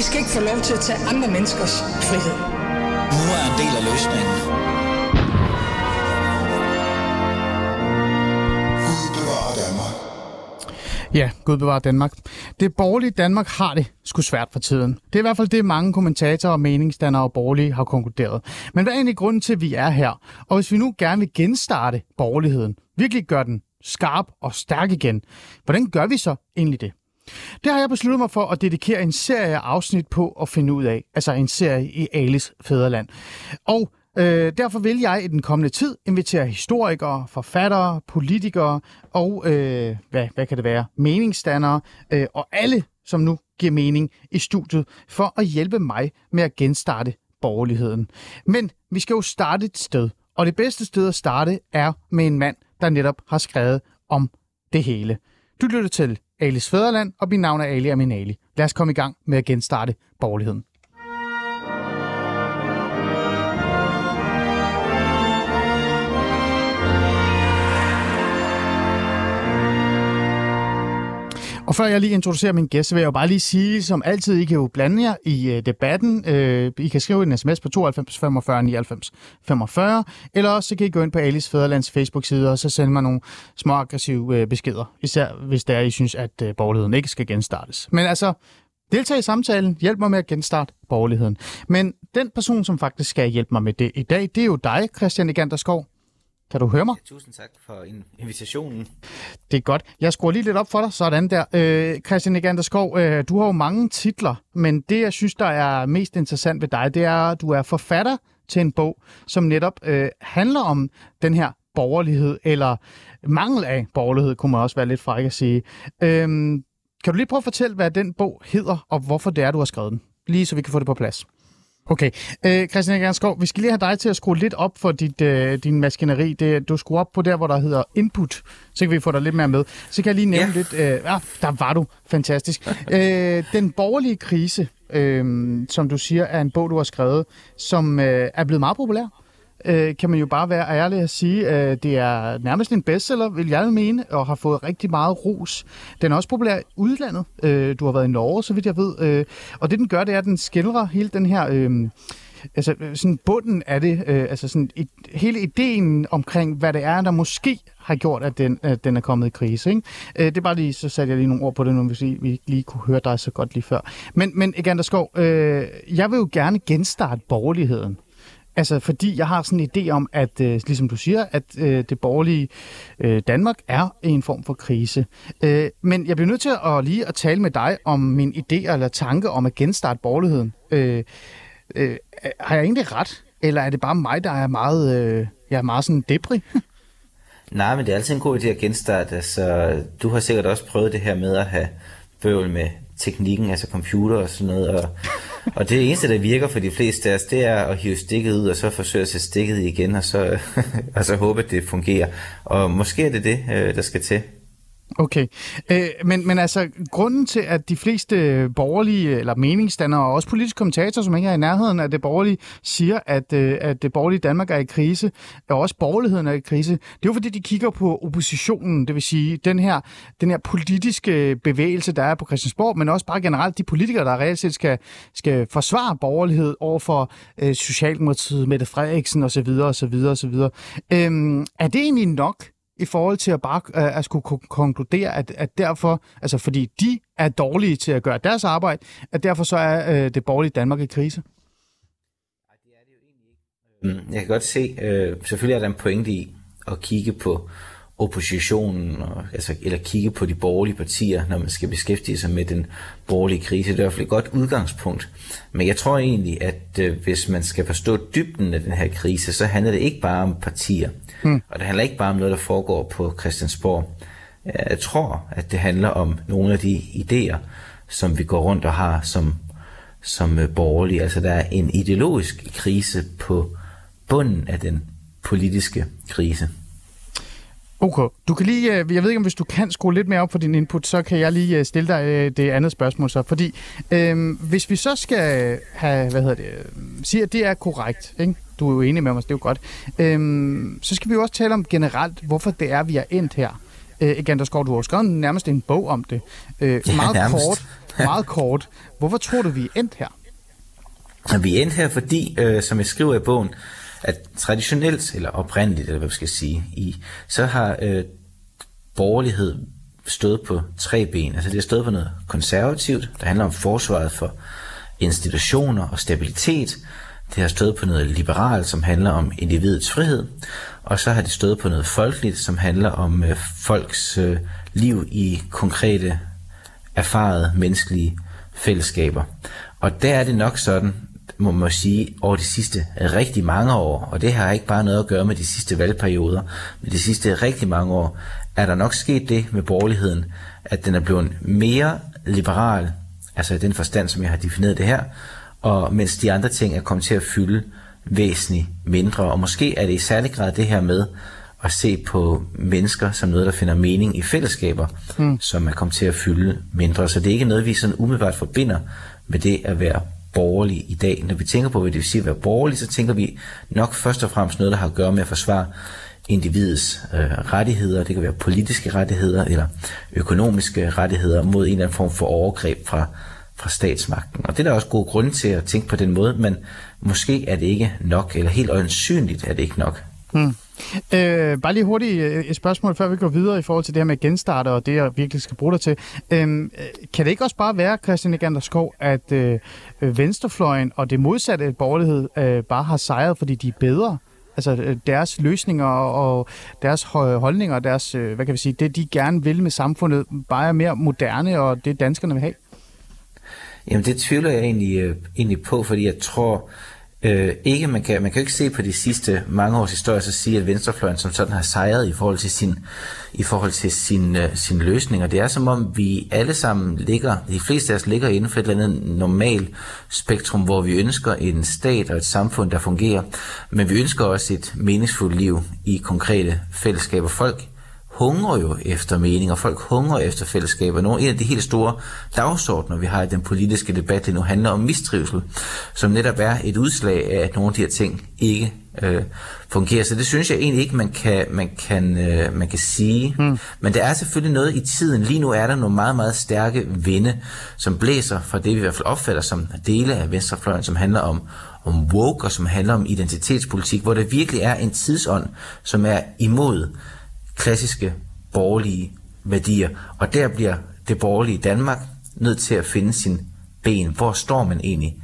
skal ikke få lov til at tage andre menneskers frihed. Nu er en del af løsningen. Ja, Gud bevarer Danmark. Det borgerlige Danmark har det sgu svært for tiden. Det er i hvert fald det, mange kommentatorer, meningsdannere og borgerlige har konkluderet. Men hvad er egentlig grunden til, at vi er her? Og hvis vi nu gerne vil genstarte borgerligheden, virkelig gøre den skarp og stærk igen, hvordan gør vi så egentlig det? Det har jeg besluttet mig for at dedikere en serie afsnit på at finde ud af. Altså en serie i Alis Fædreland. Og derfor vil jeg i den kommende tid invitere historikere, forfattere, politikere og, hvad kan det være, meningsdannere og alle, som nu giver mening i studiet, for at hjælpe mig med at genstarte borgerligheden. Men vi skal jo starte et sted, og det bedste sted at starte er med en mand, der netop har skrevet om det hele. Du lytter til Alis Fædreland, og mit navn er Ali Aminali. Lad os komme i gang med at genstarte borgerligheden. Og før jeg lige introducerer min gæst, så vil jeg jo bare lige sige, som altid, I kan jo blande jer i debatten. I kan skrive en sms på 92 45 99 45, eller også så kan I gå ind på Alis Fædrelands Facebook-side, og så sende mig nogle små aggressive beskeder, især hvis det er, I synes, at borgerligheden ikke skal genstartes. Men altså, deltag i samtalen, hjælp mig med at genstarte borgerligheden. Men den person, som faktisk skal hjælpe mig med det i dag, det er jo dig, Christian Egander Skov. Kan du høre mig? Ja, tusind tak for invitationen. Det er godt. Jeg skruer lige lidt op for dig, sådan der. Christian Egander Skov, du har jo mange titler, men det, jeg synes, der er mest interessant ved dig, det er, at du er forfatter til en bog, som netop handler om den her borgerlighed, eller mangel af borgerlighed, kunne man også være lidt fræk at sige. Kan du lige prøve at fortælle, hvad den bog hedder, og hvorfor det er, du har skrevet den? Lige så vi kan få det på plads. Okay. Christian Egander Skov, vi skal lige have dig til at skrue lidt op for din maskineri. Du skruer op på der, hvor der hedder input, så kan vi få dig lidt mere med. Så kan jeg lige nævne lidt. Der var du. Fantastisk. Den borgerlige krise, som du siger, er en bog, du har skrevet, som er blevet meget populær. Kan man jo bare være ærlig at sige, det er nærmest en bestseller, vil jeg mene, og har fået rigtig meget ros. Den er også populær i udlandet. Du har været i Norge, så vidt jeg ved. Og det, den gør, det er, at den skildrer hele den her... altså sådan bunden af det, altså sådan hele ideen omkring, hvad det er, der måske har gjort, at den er kommet i krise. Ikke? Det er bare lige, så satte jeg lige nogle ord på det nu, hvis vi ikke lige kunne høre dig så godt lige før. Men Egander Skov, jeg vil jo gerne genstarte borgerligheden. Altså, fordi jeg har sådan en idé om, at, ligesom du siger, at det borgerlige Danmark er i en form for krise. Men jeg bliver nødt til at tale med dig om min idé eller tanke om at genstarte borgerligheden. Har jeg egentlig ret? Eller er det bare mig, der er meget sådan debris? Nej, men det er altid en god idé at genstarte. Altså, du har sikkert også prøvet det her med at have bøvl med teknikken, altså computer og sådan noget, og det eneste, der virker for de fleste af os, det er at hive stikket ud, og så forsøge at sætte stikket i igen, og så håbe, at det fungerer. Og måske er det, der skal til. Okay, men altså, grunden til, at de fleste borgerlige, eller meningsdannere, og også politiske kommentatorer, som ikke er i nærheden af det borgerlige, siger, at det borgerlige Danmark er i krise, og også borgerligheden er i krise, det er jo fordi, de kigger på oppositionen, det vil sige den her politiske bevægelse, der er på Christiansborg, men også bare generelt de politikere, der reelt set skal forsvare borgerlighed over for Socialdemokratiet, Mette Frederiksen osv. Er det egentlig nok i forhold til at bare at skulle konkludere, at derfor, altså fordi de er dårlige til at gøre deres arbejde, at derfor så er det borgerlige Danmark i krise? Nej, det er det jo egentlig ikke. Jeg kan godt se, selvfølgelig er der en pointe i at kigge på oppositionen, eller kigge på de borgerlige partier, når man skal beskæftige sig med den borgerlige krise. Det er i hvert fald et godt udgangspunkt. Men jeg tror egentlig, at hvis man skal forstå dybden af den her krise, så handler det ikke bare om partier. Og det handler ikke bare om noget, der foregår på Christiansborg. Jeg tror, at det handler om nogle af de idéer, som vi går rundt og har som borgerlige. Altså der er en ideologisk krise på bunden af den politiske krise. Okay. Du kan lige, jeg ved ikke, om hvis du kan skrue lidt mere op for din input, så kan jeg lige stille dig det andet spørgsmål så. Fordi hvis vi så skal have, sige, at det er korrekt, ikke? Du er jo enig med mig, det er jo godt. Så skal vi jo også tale om generelt, hvorfor det er, vi er endt her. Egander Skov, du har jo skrevet nærmest en bog om det. Meget kort. meget kort. Hvorfor tror du, vi er endt her? Vi er endt her, fordi, som jeg skriver i bogen, at traditionelt, eller oprindeligt, eller hvad vi skal sige, så har borgerlighed stået på 3 ben. Altså det har stået på noget konservativt, der handler om forsvaret for institutioner og stabilitet. Det har stået på noget liberalt, som handler om individets frihed. Og så har det stået på noget folkeligt, som handler om folks liv i konkrete, erfarede, menneskelige fællesskaber. Og der er det nok sådan, må man sige, over de sidste rigtig mange år, og det har ikke bare noget at gøre med de sidste valgperioder, men de sidste rigtig mange år, er der nok sket det med borgerligheden, at den er blevet mere liberal, altså i den forstand, som jeg har defineret det her, og mens de andre ting er kommet til at fylde væsentligt mindre. Og måske er det i særlig grad det her med at se på mennesker som noget, der finder mening i fællesskaber, som er kommet til at fylde mindre. Så det er ikke noget, vi sådan umiddelbart forbinder med det at være borgerlig i dag. Når vi tænker på, hvad det vil sige at være borgerlig, så tænker vi nok først og fremmest noget, der har at gøre med at forsvare individets rettigheder. Det kan være politiske rettigheder eller økonomiske rettigheder mod en eller anden form for overgreb fra statsmagten. Og det er der også gode grunde til at tænke på den måde, men måske er det ikke nok, eller helt øjensynligt er det ikke nok. Bare lige hurtigt et spørgsmål, før vi går videre i forhold til det her med genstarte og det, jeg virkelig skal bruge dig til. Kan det ikke også bare være, Christian Egander Skov, at venstrefløjen og det modsatte borgerlighed bare har sejret, fordi de er bedre? Altså deres løsninger og deres holdninger og deres, hvad kan vi sige, det de gerne vil med samfundet, bare er mere moderne, og det danskerne vil have? Jamen det tvivler jeg egentlig på, fordi jeg tror ikke, man kan jo ikke se på de sidste mange års historie så sige, at venstrefløjen som sådan har sejret i forhold til sin løsning. Og det er som om vi alle sammen de fleste af os ligger inden for et eller andet normalt spektrum, hvor vi ønsker en stat og et samfund, der fungerer, men vi ønsker også et meningsfuldt liv i konkrete fællesskaber. Folk hungrer jo efter mening, og folk hungrer efter fællesskaber. En af de helt store dagsordner, vi har i den politiske debat, det nu handler om mistrivsel, som netop er et udslag af, at nogle af de her ting ikke fungerer. Så det synes jeg egentlig ikke, man kan sige. Men der er selvfølgelig noget i tiden. Lige nu er der nogle meget, meget stærke vinde, som blæser fra det, vi i hvert fald opfatter som dele af venstrefløjen, som handler om woke, og som handler om identitetspolitik, hvor der virkelig er en tidsånd, som er imod klassiske borgerlige værdier. Og der bliver det borgerlige Danmark nødt til at finde sin ben. Hvor står man egentlig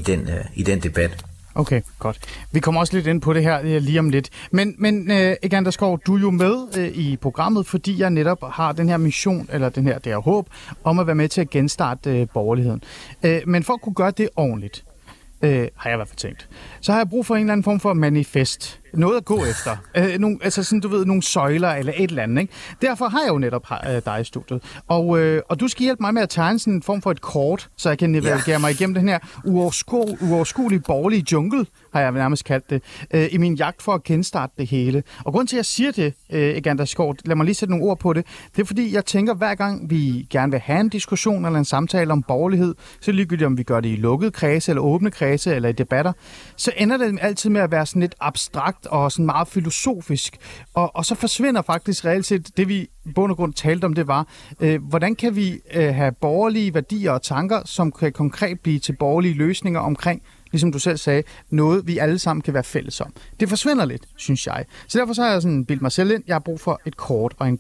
i den debat? Okay, godt. Vi kommer også lidt ind på det her lige om lidt. Men Egander Skov, du er jo med i programmet, fordi jeg netop har den her mission, eller det her håb, om at være med til at genstarte borgerligheden. Men for at kunne gøre det ordentligt, har jeg i hvert fald tænkt, så har jeg brug for en eller anden form for manifest. Noget at gå efter. Altså sådan, du ved, nogle søjler eller et eller andet, ikke? Derfor har jeg jo netop dig i studiet. Og du skal hjælpe mig med at tegne sådan en form for et kort, så jeg kan navigere mig igennem den her uoverskuelige borgerlige jungle, har jeg nærmest kaldt det, i min jagt for at genstarte det hele. Og grunden til, at jeg siger det, Egander Skov, lad mig lige sætte nogle ord på det, det er fordi, jeg tænker, hver gang vi gerne vil have en diskussion eller en samtale om borgerlighed, så ligegyldigt om vi gør det i lukkede kredse eller åbne kredse eller i debatter, så ender det altid med at være sådan lidt abstrakt og sådan meget filosofisk. Og så forsvinder faktisk reelt set det, vi i bund og grund talte om, det var, hvordan kan vi have borgerlige værdier og tanker, som kan konkret blive til borgerlige løsninger omkring, ligesom du selv sagde, noget vi alle sammen kan være fælles om. Det forsvinder lidt, synes jeg. Så derfor så har jeg sådan bildt mig selv ind, jeg har brug for et kort og en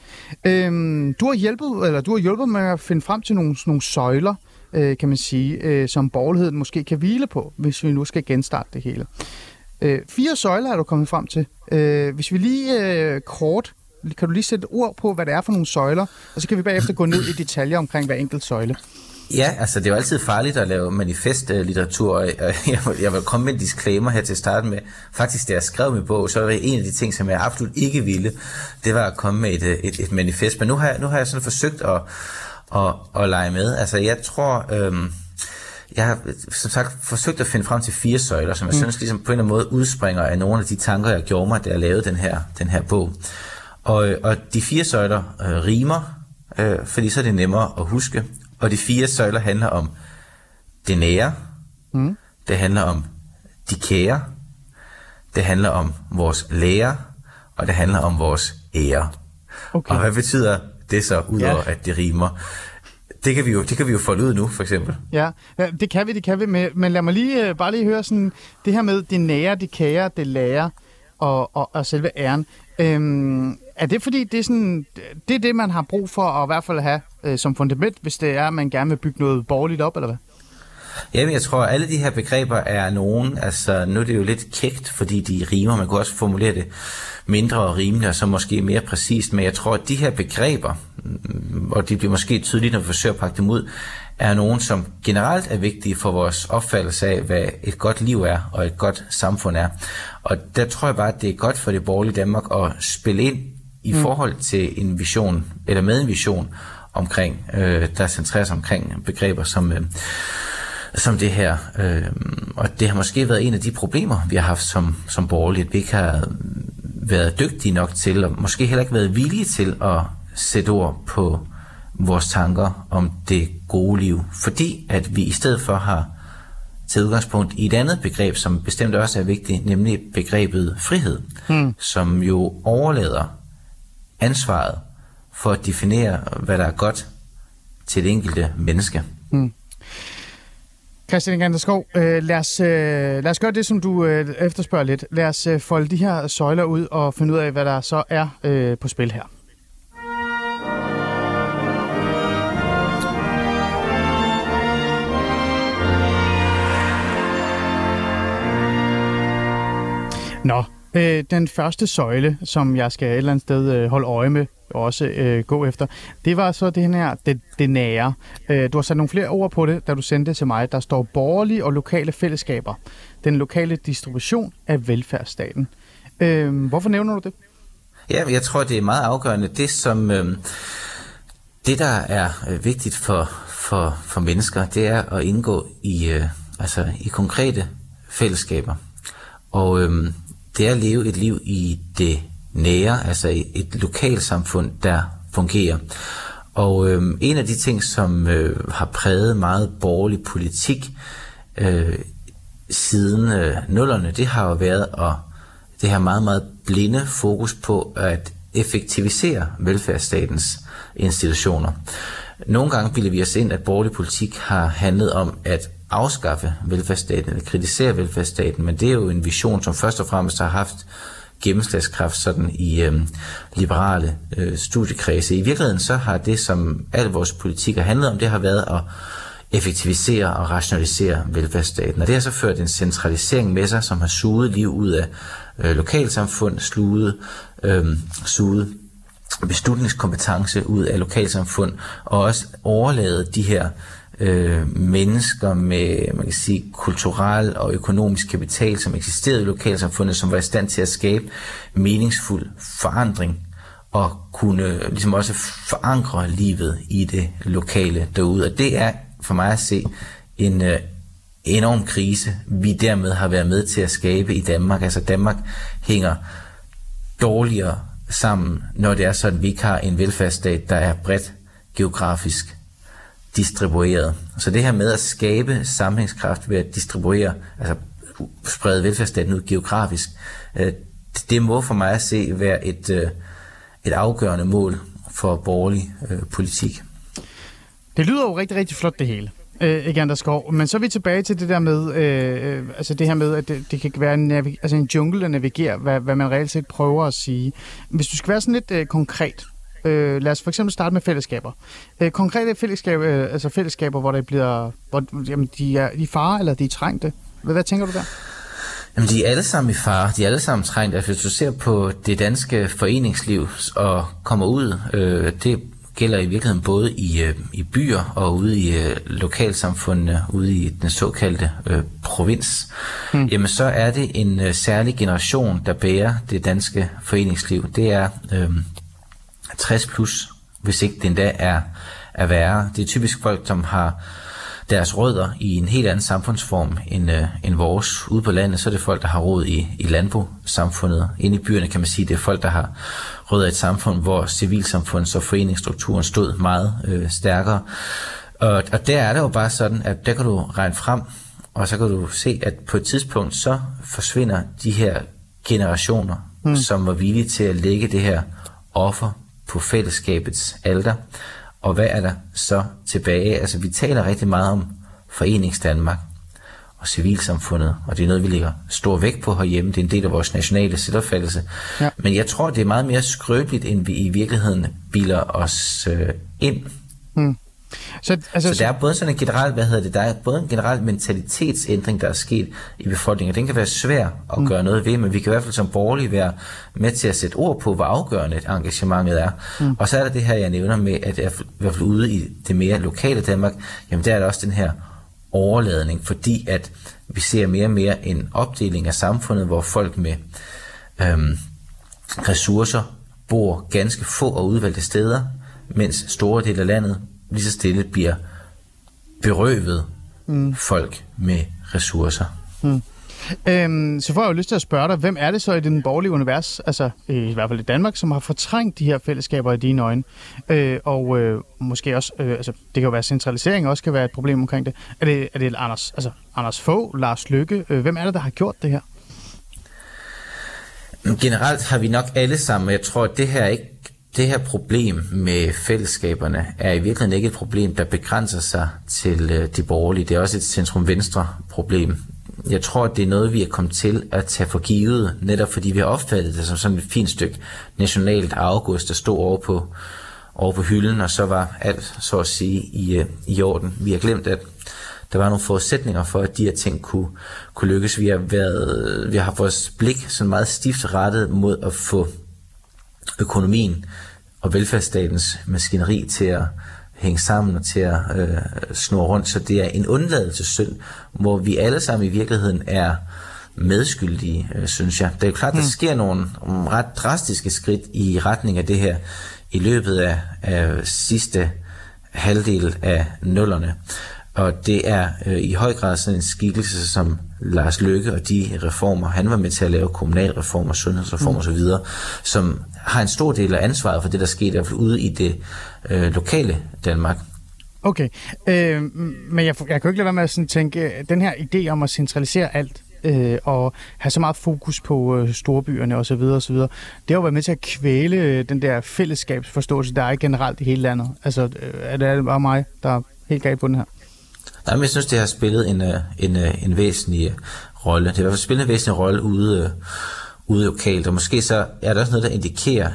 guide. Du har hjulpet med at finde frem til nogle søjler, kan man sige, som borgerligheden måske kan hvile på, hvis vi nu skal genstarte det hele. 4 søjler er du kommet frem til. Hvis vi lige kort, kan du lige sætte ord på, hvad det er for nogle søjler, og så kan vi bagefter gå ned i detaljer omkring hver enkelt søjle. Ja, altså det er jo altid farligt at lave manifestlitteratur, og jeg vil komme med en disclaimer her til at starte med. Faktisk, da jeg skrev min bog, så var det en af de ting, som jeg absolut ikke ville, det var at komme med et manifest. Men nu har jeg sådan forsøgt at lege med. Altså jeg tror... Jeg har som sagt forsøgt at finde frem til 4 søjler, som jeg synes ligesom på en eller anden måde udspringer af nogle af de tanker, jeg gjorde mig, da jeg lavede den her bog. Og de 4 søjler rimer, fordi så er det nemmere at huske. Og de 4 søjler handler om det nære, det handler om de kære, det handler om vores lære, og det handler om vores ære. Okay. Og hvad betyder det så, udover at det rimer? det kan vi jo folde ud nu, for eksempel. Ja, det kan vi. Men lad mig bare lige høre sådan, det her med det nære, det kære, det lære og selve æren. Er det fordi, det er det, man har brug for at i hvert fald have som fundament, hvis det er, at man gerne vil bygge noget borgerligt op, eller hvad? Jamen, jeg tror, at alle de her begreber er nogen, altså nu er det jo lidt kægt, fordi de rimer, man kunne også formulere det mindre og rimeligt, og så måske mere præcist, men jeg tror, at de her begreber, og de bliver måske tydeligt, når vi forsøger at pakke dem ud, er nogen, som generelt er vigtige for vores opfattelse af, hvad et godt liv er, og et godt samfund er. Og der tror jeg bare, at det er godt for det borgerlige Danmark at spille ind i forhold til en vision, eller med en vision omkring, der centrerer sig omkring begreber som det her. Og det har måske været en af de problemer, vi har haft som borgerlige, at vi ikke har været dygtige nok til, og måske heller ikke været villige til at sætte ord på vores tanker om det gode liv. Fordi at vi i stedet for har taget udgangspunkt i et andet begreb, som bestemt også er vigtigt, nemlig begrebet frihed, som jo overlader ansvaret for at definere, hvad der er godt til det enkelte menneske. Christian Egander Skov, lad os gøre det, som du efterspørger lidt. Lad os folde de her søjler ud og finde ud af, hvad der så er på spil her. Nå, den første søjle, som jeg skal et eller andet sted holde øje med og også gå efter, det var så det her, det nære. Du har sat nogle flere ord på det, da du sendte det til mig. Der står borgerlige og lokale fællesskaber. Den lokale distribution af velfærdsstaten. Hvorfor nævner du det? Ja, jeg tror, det er meget afgørende. Det, der er vigtigt for mennesker, det er at indgå i konkrete fællesskaber. Og det er at leve et liv i det nære, altså et lokalsamfund, der fungerer. Og en af de ting, som har præget meget borgerlig politik siden nullerne, det har jo været det her meget, meget blinde fokus på at effektivisere velfærdsstatens institutioner. Nogle gange bilder vi os ind, at borgerlig politik har handlet om at afskaffe velfærdsstaten eller kritisere velfærdsstaten, men det er jo en vision, som først og fremmest har haft gennemslagskraft sådan i liberale studiekredse. I virkeligheden så har det, som al vores politik har handlet om, det har været at effektivisere og rationalisere velfærdsstaten. Og det har så ført en centralisering med sig, som har suget liv ud af lokalsamfund, suget beslutningskompetence ud af lokalsamfund, og også overladet de her mennesker med, man kan sige, kulturel og økonomisk kapital, som eksisterede i lokalsamfundet, som var i stand til at skabe meningsfuld forandring og kunne ligesom også forankre livet i det lokale derude. Og det er for mig at se en enorm krise, vi dermed har været med til at skabe i Danmark. Altså Danmark hænger dårligere sammen, når det er sådan, at vi ikke har en velfærdsstat, der er bredt geografisk distribueret. Så det her med at skabe sammenhængskraft ved at distribuere, altså sprede velfærdsstaten ud geografisk, det må for mig at se være et afgørende mål for borgerlig politik. Det lyder jo rigtig, rigtig flot det hele, Egander Skov. Men så er vi tilbage til det der med, det her med, at det kan være en jungle at navigere, hvad man reelt set prøver at sige. Hvis du skal være sådan lidt konkret, lad os for eksempel starte med fællesskaber. Konkrete fællesskaber, hvor det bliver, de er fare eller de er trængte. Hvad tænker du der? Jamen, de er alle sammen i fare. De er alle sammen trængt. Altså, hvis du ser på det danske foreningsliv og kommer ud, det gælder i virkeligheden både i byer og ude i lokalsamfundene, ude i den såkaldte provins, jamen så er det en særlig generation, der bærer det danske foreningsliv. Det er 60 plus, hvis ikke det endda er værre. Det er typisk folk, som har deres rødder i en helt anden samfundsform end vores. Ude på landet, så er det folk, der har rod i landbrugssamfundet. Inde i byerne kan man sige, det er folk, der har rødder i et samfund, hvor civilsamfunds- og foreningsstrukturen stod meget stærkere. Og der er det jo bare sådan, at der kan du regne frem, og så kan du se, at på et tidspunkt, så forsvinder de her generationer, som var villige til at lægge det her offer på fællesskabets alter. Og hvad er der så tilbage? Altså vi taler rigtig meget om Foreningsdanmark og civilsamfundet, og det er noget, vi lægger stor vægt på herhjemme. Det er en del af vores nationale selvopfattelse. Ja. Men jeg tror, det er meget mere skrøbeligt, end vi i virkeligheden bilder os ind. Så der er både sådan en generel, der er både en generel mentalitetsændring, der er sket i befolkningen. Den kan være svær at gøre noget ved, men vi kan i hvert fald som borgerlige være med til at sætte ord på, hvor afgørende engagementet er. Og så er der det her, jeg nævner med, at i hvert fald ude i det mere lokale Danmark, jamen der er der også den her overladning, fordi at vi ser mere og mere en opdeling af samfundet, hvor folk med ressourcer bor ganske få og udvalgte steder, mens store dele af landet lige så stille bliver berøvet folk med ressourcer. Så får jeg jo lyst til at spørge dig, hvem er det så i den borgerlige univers, altså i hvert fald i Danmark, som har fortrængt de her fællesskaber i dine øjne? Måske også, altså det kan jo være centralisering, også kan være et problem omkring det. Er det Anders Fogh, Lars Løkke? Hvem er det, der har gjort det her? Generelt har vi nok alle sammen, jeg tror, at det her problem med fællesskaberne er i virkeligheden ikke et problem, der begrænser sig til de borgerlige. Det er også et centrum-venstre problem. Jeg tror, at det er noget, vi er kommet til at tage for givet, netop fordi vi har opfattet det som sådan et fint stykke nationalt arvegods, der stod over på hylden, og så var alt, så at sige, i orden. Vi har glemt, at der var nogle forudsætninger for, at de her ting kunne lykkes. Vi har haft vores blik sådan meget stift rettet mod at få økonomien og velfærdsstatens maskineri til at hænge sammen og til at snurre rundt. Så det er en undladelsessynd, hvor vi alle sammen i virkeligheden er medskyldige, synes jeg. Det er jo klart, der sker nogle ret drastiske skridt i retning af det her i løbet af sidste halvdel af nullerne. Og det er i høj grad sådan en skikkelse som Lars Løkke og de reformer, han var med til at lave kommunalreformer, sundhedsreformer osv., som har en stor del af ansvaret for det, der skete i hvert fald ude i det lokale Danmark. Okay, men jeg kan jo ikke lade være med at sådan tænke, den her idé om at centralisere alt, og have så meget fokus på storbyerne osv., det har jo været med til at kvæle den der fællesskabsforståelse, der er generelt i hele landet. Altså, er det bare mig, der er helt galt på den her? Nej, men jeg synes, det har spillet en væsentlig rolle. Det har i hvert fald spillet en væsentlig rolle ude lokalt, og måske så er der også noget, der indikerer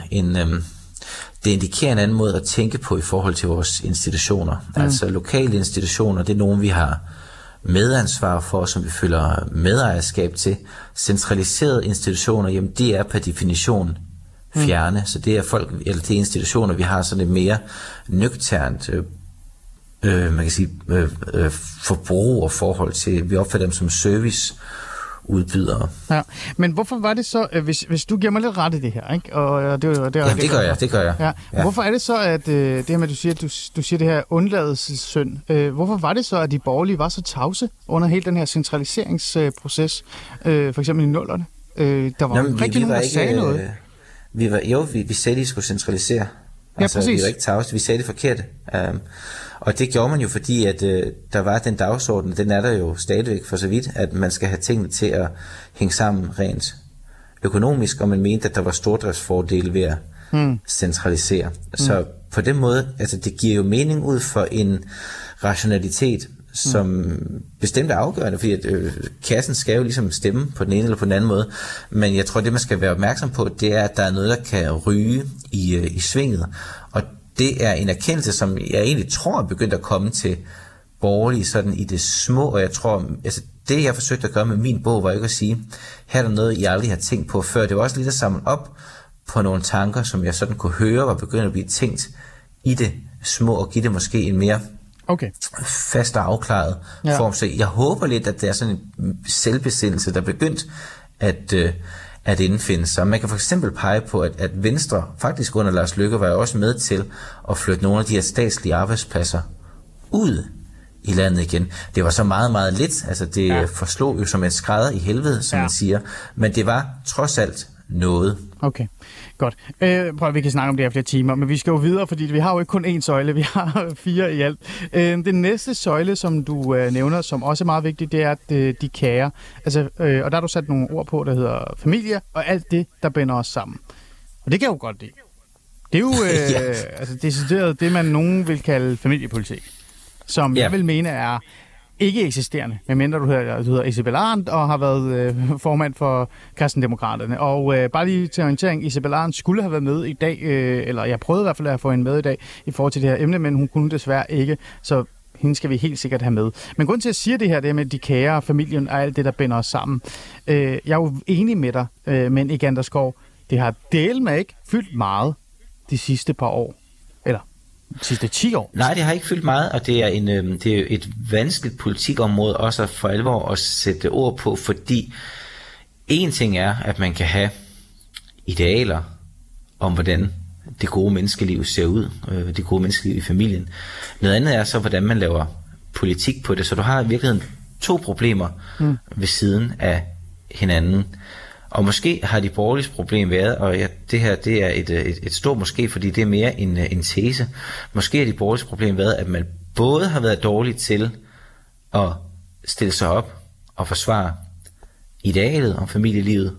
en anden måde at tænke på i forhold til vores institutioner. Altså lokale institutioner, det er nogen, vi har medansvar for, som vi føler medejerskab til. Centraliserede institutioner, jamen det er per definition fjerne, så det er det er institutioner, vi har sådan et mere nøgternt man kan sige forbrug og forhold til, vi opfatter dem som serviceudbydere. Ja, men hvorfor var det så, hvis du giver mig lidt ret i det her, ikke? Og det gør jeg. Ja. Hvorfor er det så, at det her med, du siger det her undladelsessynd, hvorfor var det så, at de borgerlige var så tavse under hele den her centraliseringsproces, for eksempel i nullerne? Der var rigtig nogen, der sagde noget. Vi sagde, at de skulle centralisere. Altså, vi var ikke tavse, vi sagde det forkert. Og det gjorde man jo, fordi at der var den dagsorden, den er der jo stadigvæk for så vidt, at man skal have tingene til at hænge sammen rent økonomisk, og man mente, at der var stordriftsfordele ved at centralisere. Så på den måde, altså det giver jo mening ud for en rationalitet, som bestemt er afgørende, fordi at kassen skal jo ligesom stemme på den ene eller på den anden måde. Men jeg tror, det man skal være opmærksom på, det er, at der er noget, der kan ryge i svinget. Og det er en erkendelse, som jeg egentlig tror er begyndt at komme til borgerlige sådan i det små, og jeg tror, altså det jeg forsøgte at gøre med min bog, var ikke at sige, her er der noget, I aldrig har tænkt på før. Det var også lidt at samle op på nogle tanker, som jeg sådan kunne høre, var begyndt at blive tænkt i det små, og give det måske en mere fast og afklaret form. Så jeg håber lidt, at det er sådan en selvbesindelse, der er begyndt at indfinde sig. Man kan for eksempel pege på, at Venstre faktisk under Lars Løkke var jo også med til at flytte nogle af de her statslige arbejdspladser ud i landet igen. Det var så meget, meget lidt. Altså det forslog jo som en skrædder i helvede, som man siger. Men det var trods alt noget. Okay, godt. Vi kan snakke om det her flere timer, men vi skal jo videre, fordi vi har jo ikke kun én søjle, vi har 4 i alt. Den næste søjle, som du nævner, som også er meget vigtig, det er de kære. Altså, og der har du sat nogle ord på, der hedder familie, og alt det, der binder os sammen. Og det kan jeg jo godt lide. Det er jo altså decideret det, man nogen vil kalde familiepolitik, som jeg vil mene er ikke eksisterende, medmindre du hedder Isabella Arendt og har været formand for Kristendemokraterne. Og bare lige til orientering, Isabella Arendt skulle have været med i dag, eller jeg prøvede i hvert fald at få hende med i dag i forhold til det her emne, men hun kunne desværre ikke, så hende skal vi helt sikkert have med. Men grunden til at sige det her, det er med de kære, familien og alt det, der binder os sammen. Jeg er jo enig med dig, men Erik Andersgaard, det har dælme ikke fyldt meget de sidste par år, eller de sidste 10 år. Nej, det har ikke fyldt meget, og det er et vanskeligt politikområde også for alvor at sætte ord på, fordi en ting er, at man kan have idealer om, hvordan det gode menneskeliv ser ud, det gode menneskeliv i familien. Noget andet er så, hvordan man laver politik på det, så du har i virkeligheden 2 problemer ved siden af hinanden. Og måske har de borgerlige problem været, og det her det er et stort måske, fordi det er mere en tese. Måske har de borgerlige problem været, at man både har været dårlig til at stille sig op og forsvare idealet om familielivet,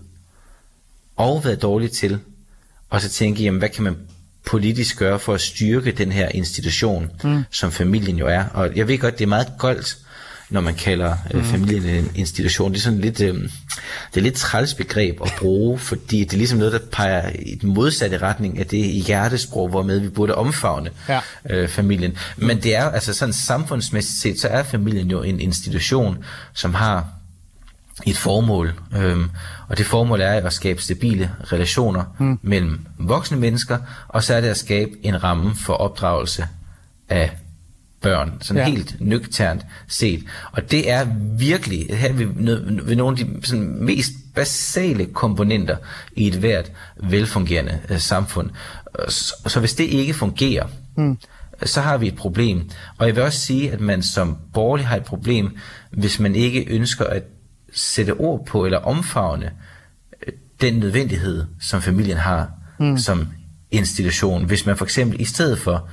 og været dårlig til at så tænke, jamen hvad kan man politisk gøre for at styrke den her institution, som familien jo er. Og jeg ved godt, det er meget goldt, når man kalder familien en institution. Det er sådan lidt, det er lidt træls begreb at bruge, fordi det er ligesom noget, der peger i den modsatte retning af det i hjertesprog, hvormed vi burde omfavne familien. Men det er altså sådan samfundsmæssigt set, så er familien jo en institution, som har et formål, og det formål er at skabe stabile relationer mellem voksne mennesker, og så er det at skabe en ramme for opdragelse af børn, sådan helt nøgternt set. Og det er virkelig her ved nogle af de sådan mest basale komponenter i et hvert velfungerende samfund. Så hvis det ikke fungerer, så har vi et problem. Og jeg vil også sige, at man som borgerlig har et problem, hvis man ikke ønsker at sætte ord på eller omfavne den nødvendighed, som familien har som institution. Hvis man for eksempel i stedet for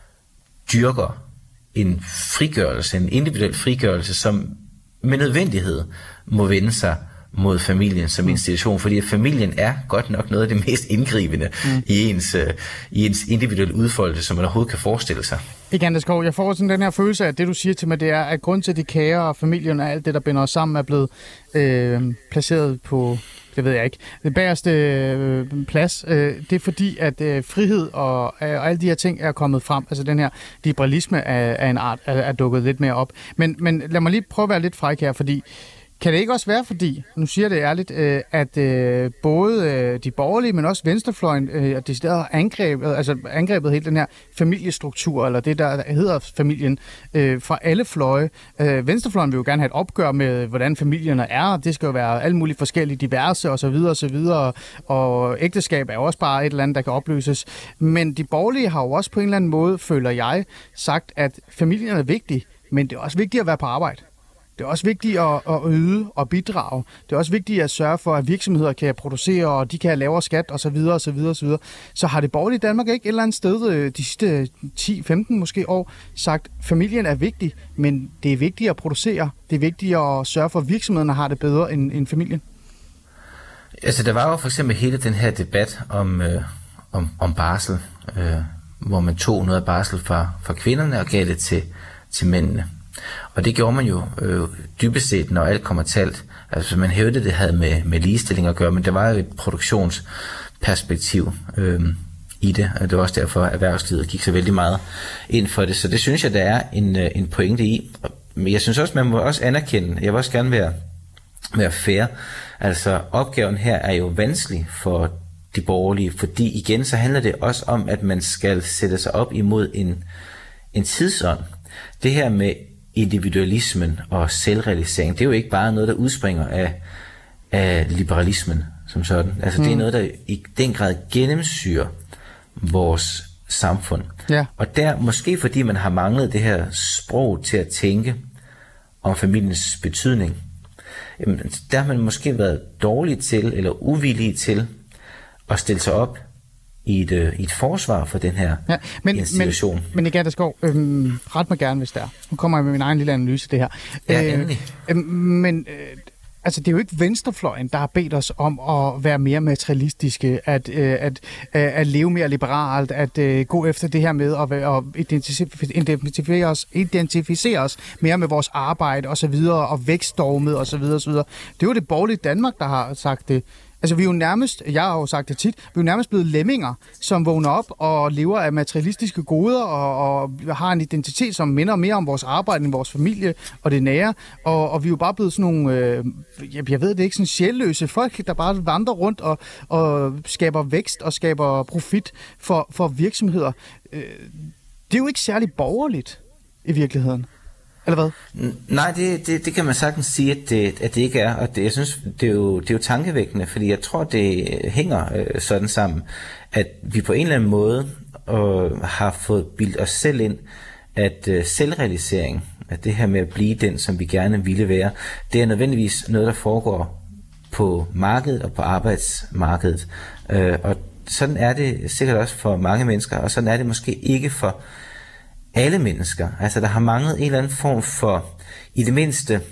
dyrker en frigørelse, en individuel frigørelse, som med nødvendighed må vende sig mod familien som institution, fordi familien er godt nok noget af det mest indgribende i ens individuelle udfoldelse, som man overhovedet kan forestille sig. Erik Andersgaard, jeg får sådan den her følelse af, at det du siger til mig, det er, at grund til, at de kære og familien og alt det, der binder os sammen, er blevet placeret på, det ved jeg ikke, det bagerste plads. Det er fordi, at frihed og alle de her ting er kommet frem. Altså den her liberalisme af en art er dukket lidt mere op. Men lad mig lige prøve at være lidt fræk her, fordi kan det ikke også være, fordi, nu siger jeg det ærligt, at både de borgerlige, men også venstrefløjen, decideret angrebet hele den her familiestruktur, eller det, der hedder familien, fra alle fløje. Venstrefløjen vil jo gerne have et opgør med, hvordan familierne er. Det skal jo være alle mulige forskellige, diverse osv. Og ægteskab er også bare et eller andet, der kan opløses. Men de borgerlige har jo også på en eller anden måde, føler jeg, sagt, at familien er vigtig, men det er også vigtigt at være på arbejde. Det er også vigtigt at yde og bidrage. Det er også vigtigt at sørge for, at virksomheder kan producere, og de kan have lavere skat osv. Så har det borgerlige Danmark ikke et eller andet sted de sidste 10-15 måske år sagt, at familien er vigtig, men det er vigtigt at producere. Det er vigtigt at sørge for, at virksomhederne har det bedre end familien. Altså, der var jo for eksempel hele den her debat om barsel, hvor man tog noget af barsel fra kvinderne og gav det til mændene. Og det gjorde man jo dybest set, når alt kommer talt. Altså man hævdede, det havde med ligestilling at gøre, men der var jo et produktionsperspektiv i det, og det var også derfor, at erhvervslivet gik så vældig meget ind for det. Så det synes jeg, der er en pointe i. Men jeg synes også, man må også anerkende, jeg vil også gerne være fair. Altså opgaven her er jo vanskelig for de borgerlige, fordi igen så handler det også om, at man skal sætte sig op imod en tidsånd. Det her med individualismen og selvrealisering, det er jo ikke bare noget, der udspringer af liberalismen som sådan. Altså det er noget, der i den grad gennemsyrer vores samfund. Ja. Og der, måske fordi man har manglet det her sprog til at tænke om familiens betydning, jamen, der har man måske været dårlig til, eller uvillig til at stille sig op i et forsvar for den her institution. Men Erik Andersgaard, ret mig gerne, hvis der er. Nu kommer jeg med min egen lille analyse af det her. Ja, endelig. Men Altså, det er jo ikke venstrefløjen, der har bedt os om at være mere materialistiske, at leve mere liberalt, at gå efter det her med at identificere os mere med vores arbejde og så videre, og vækststormet og så videre, og så videre. Det er jo det borgerlige Danmark, der har sagt det. Altså, vi er jo nærmest, jeg har jo sagt det tit, vi er jo nærmest blevet lemminger, som vågner op og lever af materialistiske goder og har en identitet, som minder mere om vores arbejde end vores familie og det nære. Og vi er jo bare blevet sådan nogle, jeg ved det ikke, sådan sjælløse folk, der bare vandrer rundt og skaber vækst og skaber profit for virksomheder. Det er jo ikke særlig borgerligt i virkeligheden. Eller hvad? Nej, det kan man sagtens sige, at det ikke er. Og jeg synes, det er jo tankevækkende, fordi jeg tror, det hænger sådan sammen, at vi på en eller anden måde har fået bildt os selv ind, at selvrealisering, at det her med at blive den, som vi gerne ville være, det er nødvendigvis noget, der foregår på markedet og på arbejdsmarkedet. Og sådan er det sikkert også for mange mennesker, og sådan er det måske ikke for alle mennesker. Altså, der har manglet en eller anden form for, i det mindste,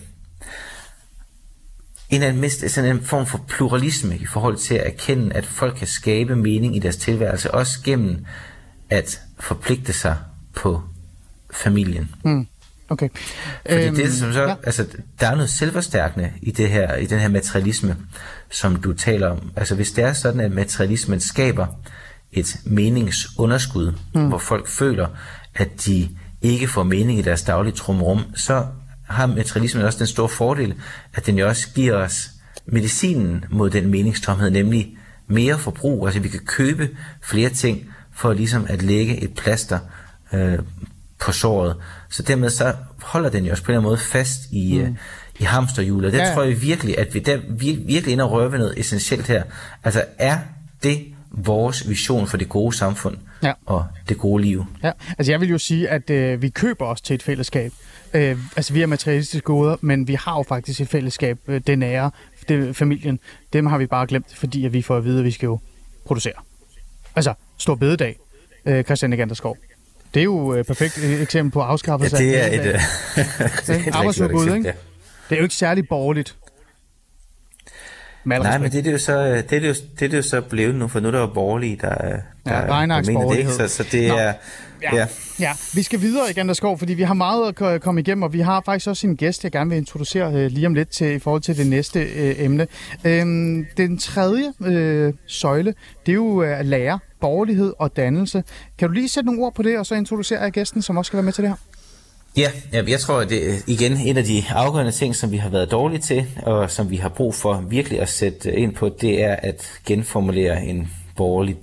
sådan en form for pluralisme i forhold til at erkende, at folk kan skabe mening i deres tilværelse, også gennem at forpligte sig på familien. Okay. Fordi det som så, altså, der er noget selvforstærkende i det her, i den her materialisme, som du taler om. Altså, hvis det er sådan, at materialismen skaber et meningsunderskud, hvor folk føler, at de ikke får mening i deres daglige trumrum, så har materialismen også den store fordel, at den jo også giver os medicinen mod den meningstomhed, nemlig mere forbrug. Altså, vi kan købe flere ting for ligesom at lægge et plaster på såret. Så dermed så holder den jo også på en eller anden måde fast i hamsterhjulet. Det tror jeg virkelig, at vi der virkelig ender og røre ved noget essentielt her. Altså, er det vores vision for det gode samfund og det gode liv? Ja, altså jeg vil jo sige, at vi køber os til et fællesskab. Altså vi er materialistiske goder, men vi har jo faktisk et fællesskab, det nære, det familien. Dem har vi bare glemt, fordi at vi får at vide, at vi skal jo producere. Altså, stor bededag, Christian Egander Skov. Det er jo et perfekt eksempel på afskaffelse af et arbejdsudbud, ikke? Det er jo ikke særlig borgerligt. Nej, men det er jo så blevet nu, for nu er der jo borgerlige, der mener det, ikke? Så det er... Ja, vi skal videre, Egander Skov, fordi vi har meget at komme igennem, og vi har faktisk også en gæst, jeg gerne vil introducere lige om lidt i forhold til det næste emne. Den tredje søjle, det er jo at lære, borgerlighed og dannelse. Kan du lige sætte nogle ord på det, og så introducere jeg gæsten, som også skal være med til det her? Ja, jeg tror, at det er igen en af de afgørende ting, som vi har været dårlige til, og som vi har brug for virkelig at sætte ind på, det er at genformulere en borgerlig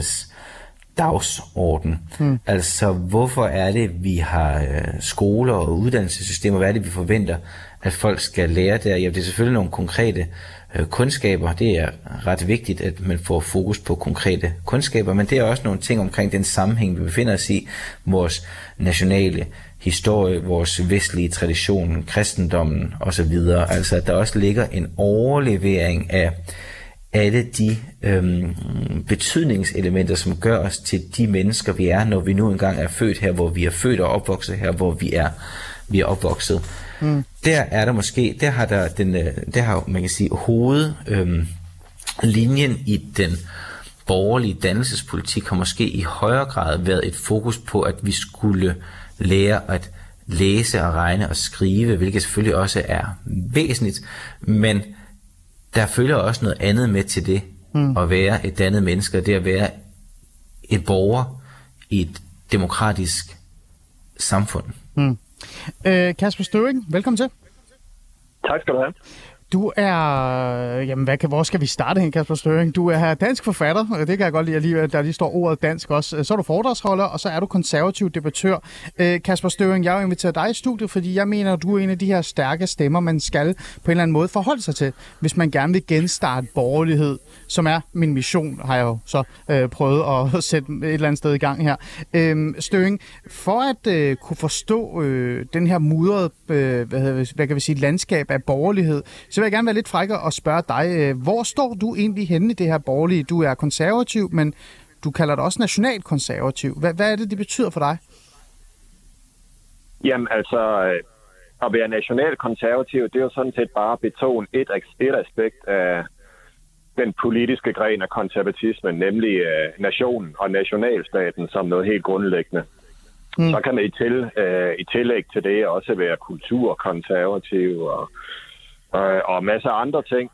dagsorden. Altså, hvorfor er det, vi har skoler og uddannelsessystemer? Hvad er det, vi forventer, at folk skal lære der? Ja, det er selvfølgelig nogle konkrete kundskaber. Det er ret vigtigt, at man får fokus på konkrete kundskaber, men det er også nogle ting omkring den sammenhæng, vi befinder os i, vores nationale historie, vores vestlige tradition, kristendommen osv. Altså, at der også ligger en overlevering af alle de betydningselementer, som gør os til de mennesker, vi er, når vi nu engang er født her, hvor vi er født og opvokset her, hvor vi er opvokset. Der er der måske, der har man kan sige hovedlinjen i den borgerlige dannelsespolitik har måske i højere grad været et fokus på, at vi skulle lære at læse og regne og skrive, hvilket selvfølgelig også er væsentligt, men der følger også noget andet med til det, at være et dannet menneske, det at være et borger i et demokratisk samfund. Kasper Støvring, velkommen til. Tak skal du have. Du er, hvor skal vi starte hen, Kasper Støvring? Du er dansk forfatter, og det kan jeg godt lide, der lige står ordet dansk også. Så er du foredragsholder, og så er du konservativ debattør. Kasper Støvring, jeg har inviteret dig i studiet, fordi jeg mener, at du er en af de her stærke stemmer, man skal på en eller anden måde forholde sig til, hvis man gerne vil genstarte borgerlighed, som er min mission, har jeg jo så prøvet at sætte et eller andet sted i gang her. Støvring, for at kunne forstå den her mudrede, hvad kan vi sige, landskab af borgerlighed, så vil jeg gerne være lidt frækker og spørge dig, hvor står du egentlig henne i det her borgerlige? Du er konservativ, men du kalder dig også nationalkonservativ. Hvad er det betyder for dig? Jamen altså, at være nationalkonservativ, det er jo sådan set bare at betone et aspekt af den politiske gren af konservatismen, nemlig nationen og nationalstaten som noget helt grundlæggende. Så kan man i tillæg til det også være kulturkonservativ og masser af andre ting.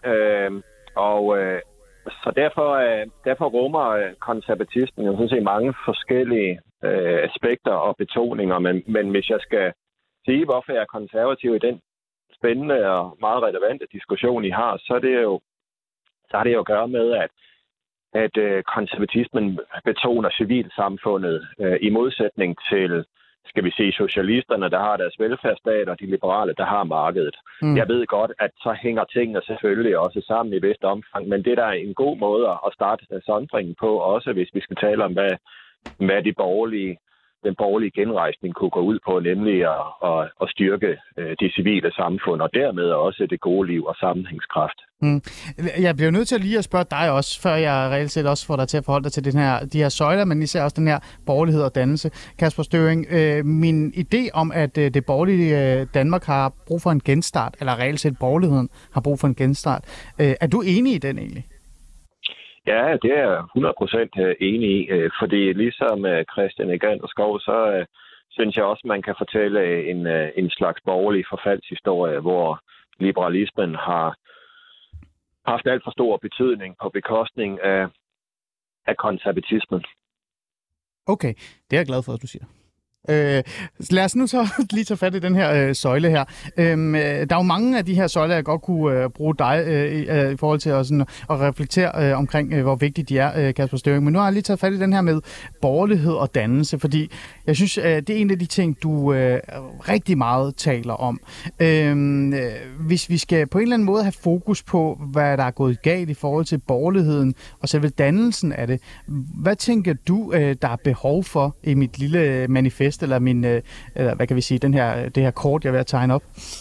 Så derfor rummer konservatismen jo sådan set mange forskellige aspekter og betoninger, men hvis jeg skal sige, hvorfor jeg er konservativ i den spændende og meget relevante diskussion, I har, så har det jo at gøre med, at konservatismen betoner civilsamfundet i modsætning til, skal vi sige, socialisterne, der har deres velfærdsstat, og de liberale, der har markedet. Jeg ved godt, at så hænger tingene selvfølgelig også sammen i vist omfang, men det der er en god måde at starte sondringen på, også hvis vi skal tale om, hvad den borgerlige genrejsning kunne gå ud på, nemlig at styrke det civile samfund, og dermed også det gode liv og sammenhængskraft. Jeg bliver nødt til lige at spørge dig også, før jeg reelt set også får dig til at forholde dig til de her søjler, men især også den her borgerlighed og dannelse. Kasper Støvring, min idé om, at det borgerlige Danmark har brug for en genstart, eller reelt set borgerligheden har brug for en genstart, er du enig i den egentlig? Ja, det er jeg 100% enig i, fordi ligesom Christian Egander Skov, så synes jeg også, man kan fortælle en slags borgerlig forfaldshistorie, hvor liberalismen har haft alt for stor betydning på bekostning af konservatismen. Okay, det er jeg glad for, at du siger. Lad os nu så lige tage fat i den her søjle her. Der er jo mange af de her søjler, jeg godt kunne bruge dig i forhold til at reflektere omkring, hvor vigtige de er, Kasper Støvring. Men nu har jeg lige taget fat i den her med borgerlighed og dannelse, fordi jeg synes, det er en af de ting, du rigtig meget taler om. Hvis vi skal på en eller anden måde have fokus på, hvad der er gået galt i forhold til borgerligheden og selve dannelsen af det, hvad tænker du, der er behov for i mit lille manifest, eller eller hvad kan vi sige, det her kort, jeg er ved at tegne op?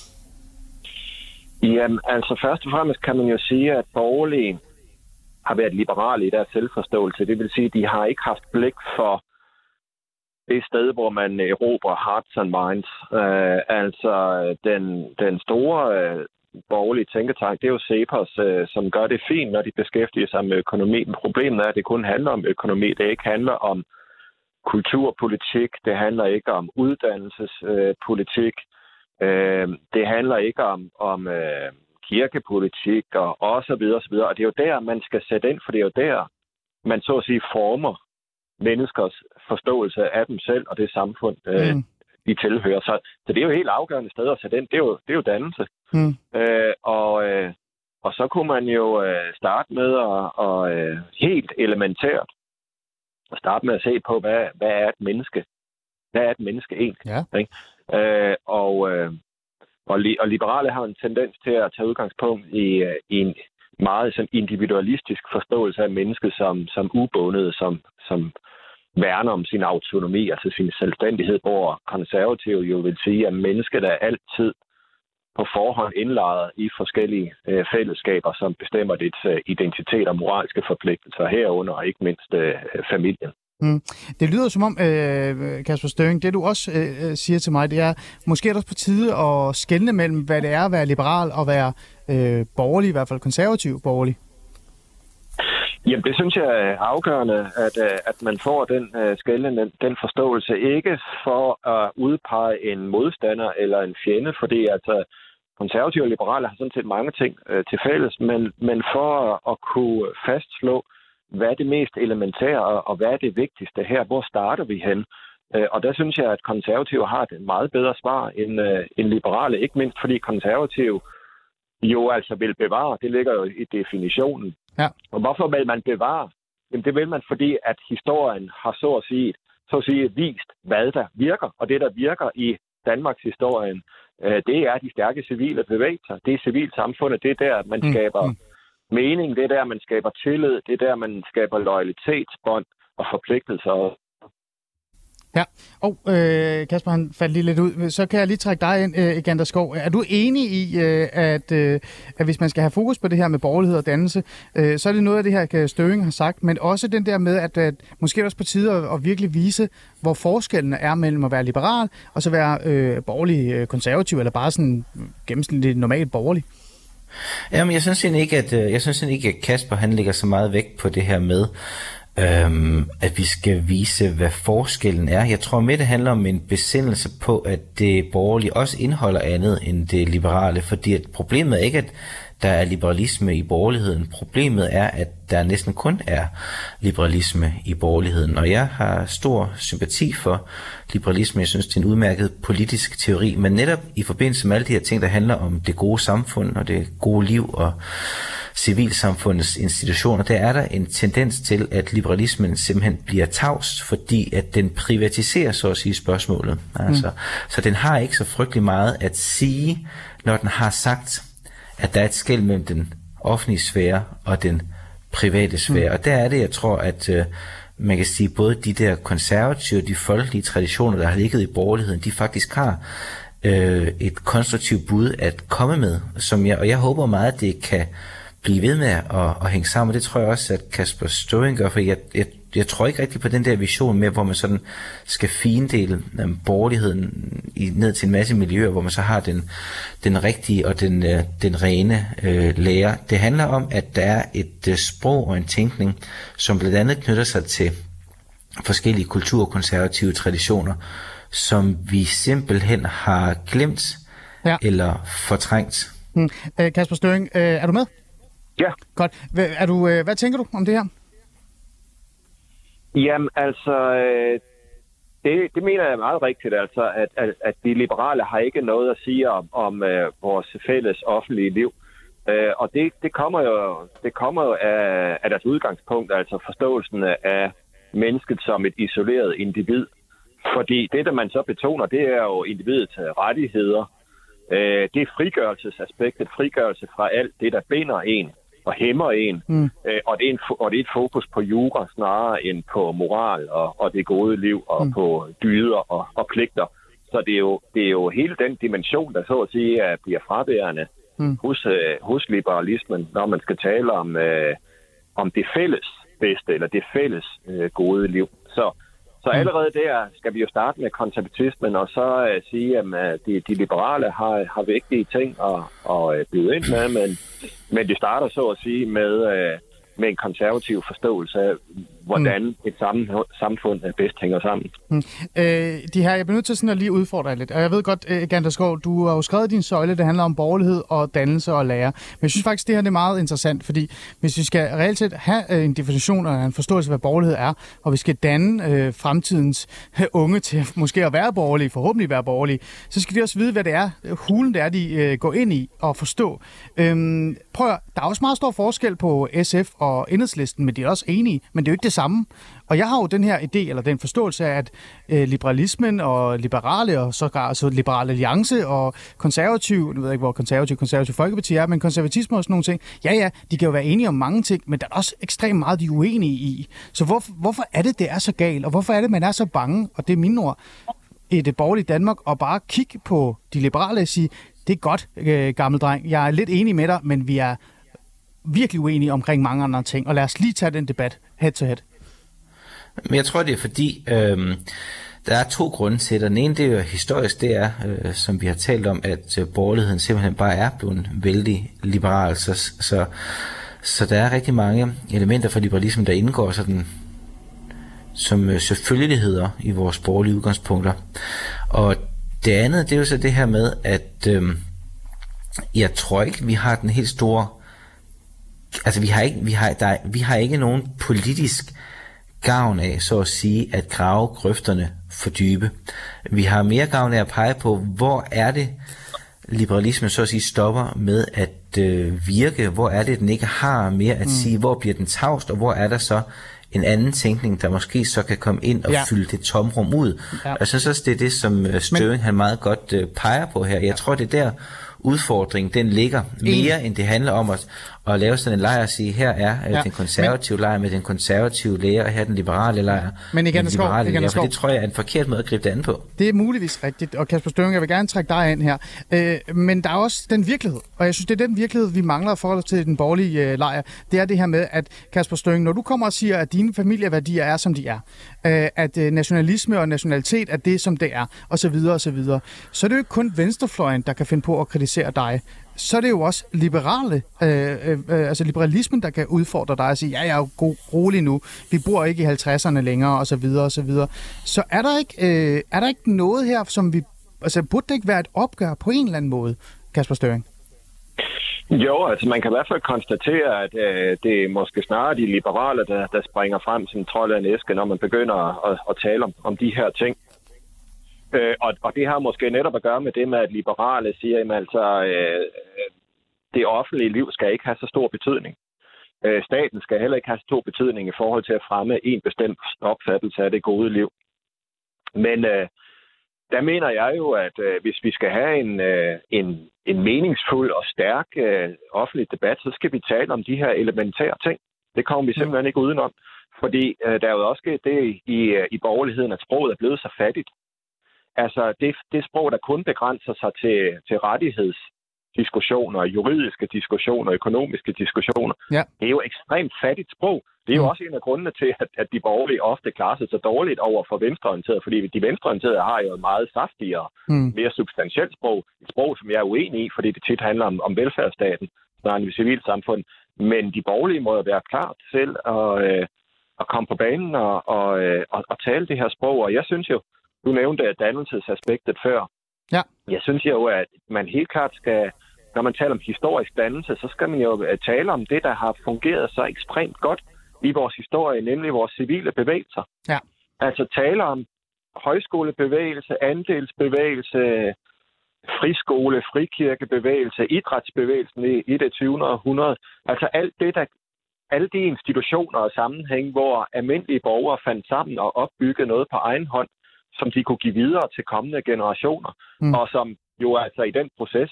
Jamen, altså først og fremmest kan man jo sige, at borgerlige har været liberale i deres selvforståelse. Det vil sige, at de har ikke haft blik for det sted, hvor man erobrer hearts and minds. Altså den store borgerlige tænketank, det er jo CEPOS, som gør det fint, når de beskæftiger sig med økonomi. Men problemet er, at det kun handler om økonomi. Det ikke handler om kulturpolitik, det handler ikke om uddannelsespolitik, det handler ikke om kirkepolitik og så videre, så videre. Og det er jo der, man skal sætte ind, for det er jo der, man så at sige former menneskers forståelse af dem selv og det samfund, de tilhører. Så det er jo helt afgørende sted at sætte ind. Det er jo dannelse. Og så kunne man jo starte med at helt elementært starte med at se på, hvad er et menneske? Hvad er et menneske egentlig? Ja. Ikke? Og liberale har en tendens til at tage udgangspunkt i en meget sådan individualistisk forståelse af mennesket som ubundet, som værner om sin autonomi, altså sin selvstændighed, hvor konservative jo vil sige, at mennesket er altid på forhånd indlejret i forskellige fællesskaber, som bestemmer dets identitet og moralske forpligtelser herunder, og ikke mindst familien. Det lyder som om, Kasper Støvring, det du også siger til mig, det er måske også på tide at skelne mellem, hvad det er at være liberal og være borgerlig, i hvert fald konservativ borgerlig. Jamen, det synes jeg er afgørende, at man får den skelne, den forståelse, ikke for at udpege en modstander eller en fjende, fordi altså konservative og liberale har sådan set mange ting til fælles, men for at kunne fastslå, hvad er det mest elementære, og hvad er det vigtigste her? Hvor starter vi hen? Og der synes jeg, at konservative har et meget bedre svar end liberale, ikke mindst fordi konservative jo altså vil bevare. Det ligger jo i definitionen. Ja. Og hvorfor vil man bevare? Jamen det vil man, fordi at historien har så at sige vist, hvad der virker. Og det, der virker i Danmarks historien, det er de stærke civile bevægelser. Det er civilsamfundet. Det er der, man skaber mening. Det er der, man skaber tillid. Det er der, man skaber loyalitetsbånd og forpligtelser. Ja, og Kasper, han faldt lige lidt ud. Så kan jeg lige trække dig ind, Egander Skov. Er du enig i, at hvis man skal have fokus på det her med borgerlighed og dannelse, så er det noget af det her, Støvring har sagt, men også den der med, at måske også på tide at virkelig vise, hvor forskellen er mellem at være liberal og så være borgerlig konservativ, eller bare sådan gennemsnitligt normalt borgerlig? Jamen, jeg synes ikke, at Kasper han lægger så meget vægt på det her med, at vi skal vise, hvad forskellen er. Jeg tror med, det handler om en besindelse på, at det borgerlige også indeholder andet end det liberale, fordi at problemet er ikke, at der er liberalisme i borgerligheden. Problemet er, at der næsten kun er liberalisme i borgerligheden. Og jeg har stor sympati for liberalisme. Jeg synes, det er en udmærket politisk teori, men netop i forbindelse med alle de her ting, der handler om det gode samfund og det gode liv og civilsamfundets institutioner, der er der en tendens til, at liberalismen simpelthen bliver tavs, fordi at den privatiserer, så at sige, spørgsmålet. Altså, så den har ikke så frygtelig meget at sige, når den har sagt, at der er et skel mellem den offentlige sfære og den private sfære. Og der er det, jeg tror, at man kan sige, både de der konservative og de folkelige traditioner, der har ligget i borgerligheden, de faktisk har et konstruktivt bud at komme med, og jeg håber meget, at det kan blive ved med at hænge sammen. Det tror jeg også, at Kasper Støvring gør, for jeg tror ikke rigtig på den der vision med, hvor man sådan skal findele borgerligheden ned til en masse miljøer, hvor man så har den rigtige og den rene lære. Det handler om, at der er et sprog og en tænkning, som blandt andet knytter sig til forskellige kulturkonservative traditioner, som vi simpelthen har glemt eller fortrængt. Kasper Støvring, er du med? Ja. Godt. Hvad tænker du om det her? Jamen, altså, det mener jeg er meget rigtigt, altså, at de liberale har ikke noget at sige om vores fælles offentlige liv. Og det kommer jo af deres udgangspunkt, altså forståelsen af mennesket som et isoleret individ. Fordi det, der man så betoner, det er jo individets rettigheder. Det er frigørelsesaspektet, frigørelse fra alt det, der binder en og hæmmer en. Og det er et fokus på jura snarere end på moral og det gode liv og på dyder og pligter. Så det er jo hele den dimension, der så at sige bliver fraværende hos liberalismen, når man skal tale om det fælles bedste eller det fælles gode liv. Så allerede der skal vi jo starte med konservatismen, og så sige, at de liberale har vigtige ting at byde ind med, men det starter så at sige med en konservativ forståelse af, hvordan et samfund bedst hænger sammen. Jeg bliver nødt til sådan at lige udfordre dig lidt. Og jeg ved godt, Egander Skov, du har jo skrevet din søjle, det handler om borgerlighed og dannelse og lære. Men jeg synes faktisk, det her er meget interessant, fordi hvis vi skal reelt set have en definition og en forståelse af, hvad borgerlighed er, og vi skal danne fremtidens unge til måske at være borgerlige, forhåbentlig være borgerlige, så skal de også vide, hvad det er, hulen det er, de går ind i og forstå. Prøv at, der er også meget stor forskel på SF og Enhedslisten, men de er også enige, men det er jo ikke det samme. Og jeg har jo den her idé, eller den forståelse af, at liberalismen og liberale, og så Liberal Alliance og konservativ, jeg ved ikke, hvor konservativ Folkeparti er, men konservatisme og sådan nogle ting, ja, de kan jo være enige om mange ting, men der er også ekstremt meget, de er uenige i. Så hvorfor er det er så galt, og hvorfor er det, man er så bange, og det er mine ord, i det borgerlige Danmark, og bare kigge på de liberale og sige, det er godt, gammel dreng, jeg er lidt enig med dig, men vi er virkelig uenige omkring mange andre ting, og lad os lige tage den debat head to head. Men jeg tror, det er fordi, der er to grunde til det. Den ene, det er jo historisk, det er, som vi har talt om, at borgerligheden simpelthen bare er blevet vældig liberal. Så der er rigtig mange elementer fra liberalismen, der indgår sådan, som selvfølgeligheder i vores borgerlige udgangspunkter. Og det andet, det er jo så det her med, at jeg tror ikke, vi har den helt store... Altså, vi har ikke nogen politisk gavn af, så at sige, at grave grøfterne for dybe. Vi har mere gavn af at pege på, hvor er det, liberalismen så at sige stopper med at virke, hvor er det, den ikke har mere at sige, hvor bliver den tavst, og hvor er der så en anden tænkning, der måske så kan komme ind og fylde det tomrum ud. Ja. Jeg synes også, det er det, som Støvring han meget godt peger på her. Jeg tror, det er der udfordringen, den ligger mere, end det handler om at lave sådan en lejr og sige, her er den konservative lejr med den konservative læger, og her er den liberale lejr men igen, med den liberale læger, for det tror jeg er en forkert måde at gribe det an på. Det er muligvis rigtigt, og Kasper Støvring, jeg vil gerne trække dig ind her. Men der er også den virkelighed, og jeg synes, det er den virkelighed, vi mangler i forhold til den borgerlige lejr. Det er det her med, at Kasper Støvring, når du kommer og siger, at dine familieværdier er, som de er, at nationalisme og nationalitet er det, som det er, og så videre, og så videre, så er det jo ikke kun venstrefløjen, der kan finde på at kritisere dig. Så er det jo også liberalismen, der kan udfordre dig og sige, jeg er jo rolig nu, vi bor ikke i 50'erne længere, og så videre, og så videre. Så er der ikke noget her, som vi, altså burde det ikke være et opgør på en eller anden måde, Kasper Støvring? Jo, altså man kan i hvert fald konstatere, at det er måske snarere de liberale, der springer frem som trold af en æske, når man begynder at tale om de her ting. Og det har måske netop at gøre med det med, at liberale siger, at det offentlige liv skal ikke have så stor betydning. Staten skal heller ikke have så stor betydning i forhold til at fremme en bestemt opfattelse af det gode liv. Men der mener jeg jo, at hvis vi skal have en meningsfuld og stærk offentlig debat, så skal vi tale om de her elementære ting. Det kommer vi simpelthen ikke udenom. Fordi der er jo også sket det i borgerligheden, at sproget er blevet så fattigt. Altså det sprog, der kun begrænser sig til rettighedsdiskussioner, juridiske diskussioner, økonomiske diskussioner, det er jo ekstremt fattigt sprog. Det er jo også en af grundene til, at de borgerlige ofte klarer sig så dårligt over for venstreorienterede, fordi de venstreorienterede har jo et meget saftigere, mere substantielt sprog. Et sprog, som jeg er uenig i, fordi det tit handler om velfærdsstaten, snarere end civilsamfund. Men de borgerlige må være klar til at komme på banen og tale det her sprog. Og jeg synes jo, du nævnte dannelsesaspektet før. Ja. Jeg synes jo, at man helt klart skal, når man taler om historisk dannelse, så skal man jo tale om det, der har fungeret så ekstremt godt i vores historie, nemlig vores civile bevægelser. Ja. Altså tale om højskolebevægelse, andelsbevægelse, friskole, frikirkebevægelse, idrætsbevægelsen i det 20. århundrede. Altså alle de institutioner og sammenhæng, hvor almindelige borgere fandt sammen og opbyggede noget på egen hånd, som de kunne give videre til kommende generationer, og som jo altså i den proces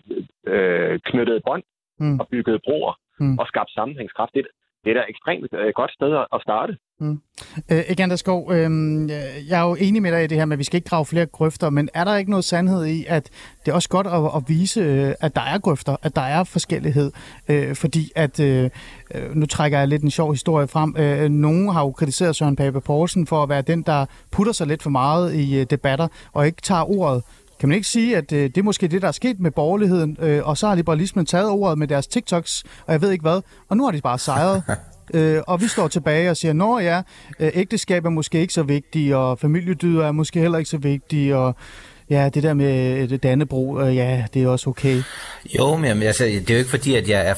knyttede bånd og byggede broer og skabte sammenhængskraft. Det er da ekstremt godt sted at starte. Egander Skov, jeg er jo enig med dig i det her med, at vi skal ikke grave flere grøfter, men er der ikke noget sandhed i, at det er også godt at vise, at der er grøfter, at der er forskellighed, fordi at, nu trækker jeg lidt en sjov historie frem, nogen har jo kritiseret Søren Pape Poulsen for at være den, der putter sig lidt for meget i debatter og ikke tager ordet. Kan man ikke sige, at det er måske det, der er sket med borgerligheden, og så har liberalismen taget ordet med deres TikToks, og jeg ved ikke hvad, og nu har de bare sejret. Og vi står tilbage og siger, nå ja, ægteskab er måske ikke så vigtigt, og familiedyder er måske heller ikke så vigtigt, og ja, det der med Dannebrog, ja, det er også okay. Jo, men altså, det er jo ikke fordi, at jeg er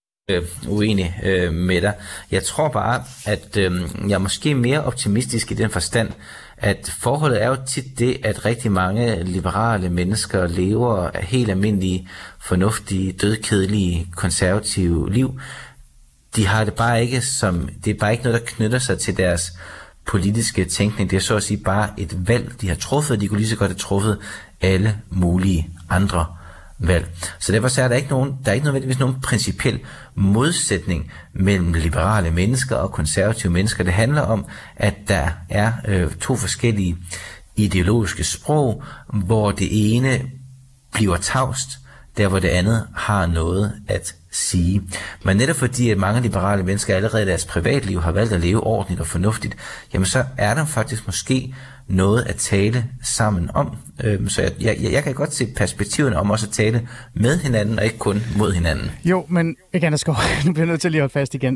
uenig med dig. Jeg tror bare, at jeg er måske mere optimistisk i den forstand, at forholdet er jo tit det, at rigtig mange liberale mennesker lever af helt almindelige, fornuftige, dødkedelige, konservative liv. De har det bare ikke som, det er bare ikke noget, der knytter sig til deres politiske tænkning. Det er så at sige bare et valg, de har truffet, og de kunne lige så godt have truffet alle mulige andre valg. Så derfor så er der ikke nødvendigvis nogen principiel modsætning mellem liberale mennesker og konservative mennesker. Det handler om, at der er to forskellige ideologiske sprog, hvor det ene bliver tavst, der hvor det andet har noget at sige. Men netop fordi, at mange liberale mennesker allerede i deres privatliv har valgt at leve ordentligt og fornuftigt, jamen så er der faktisk måske noget at tale sammen om. Så jeg kan godt se perspektiverne om også at tale med hinanden og ikke kun mod hinanden. Jo, men Egander Skov, nu bliver jeg nødt til at lige holde fast igen.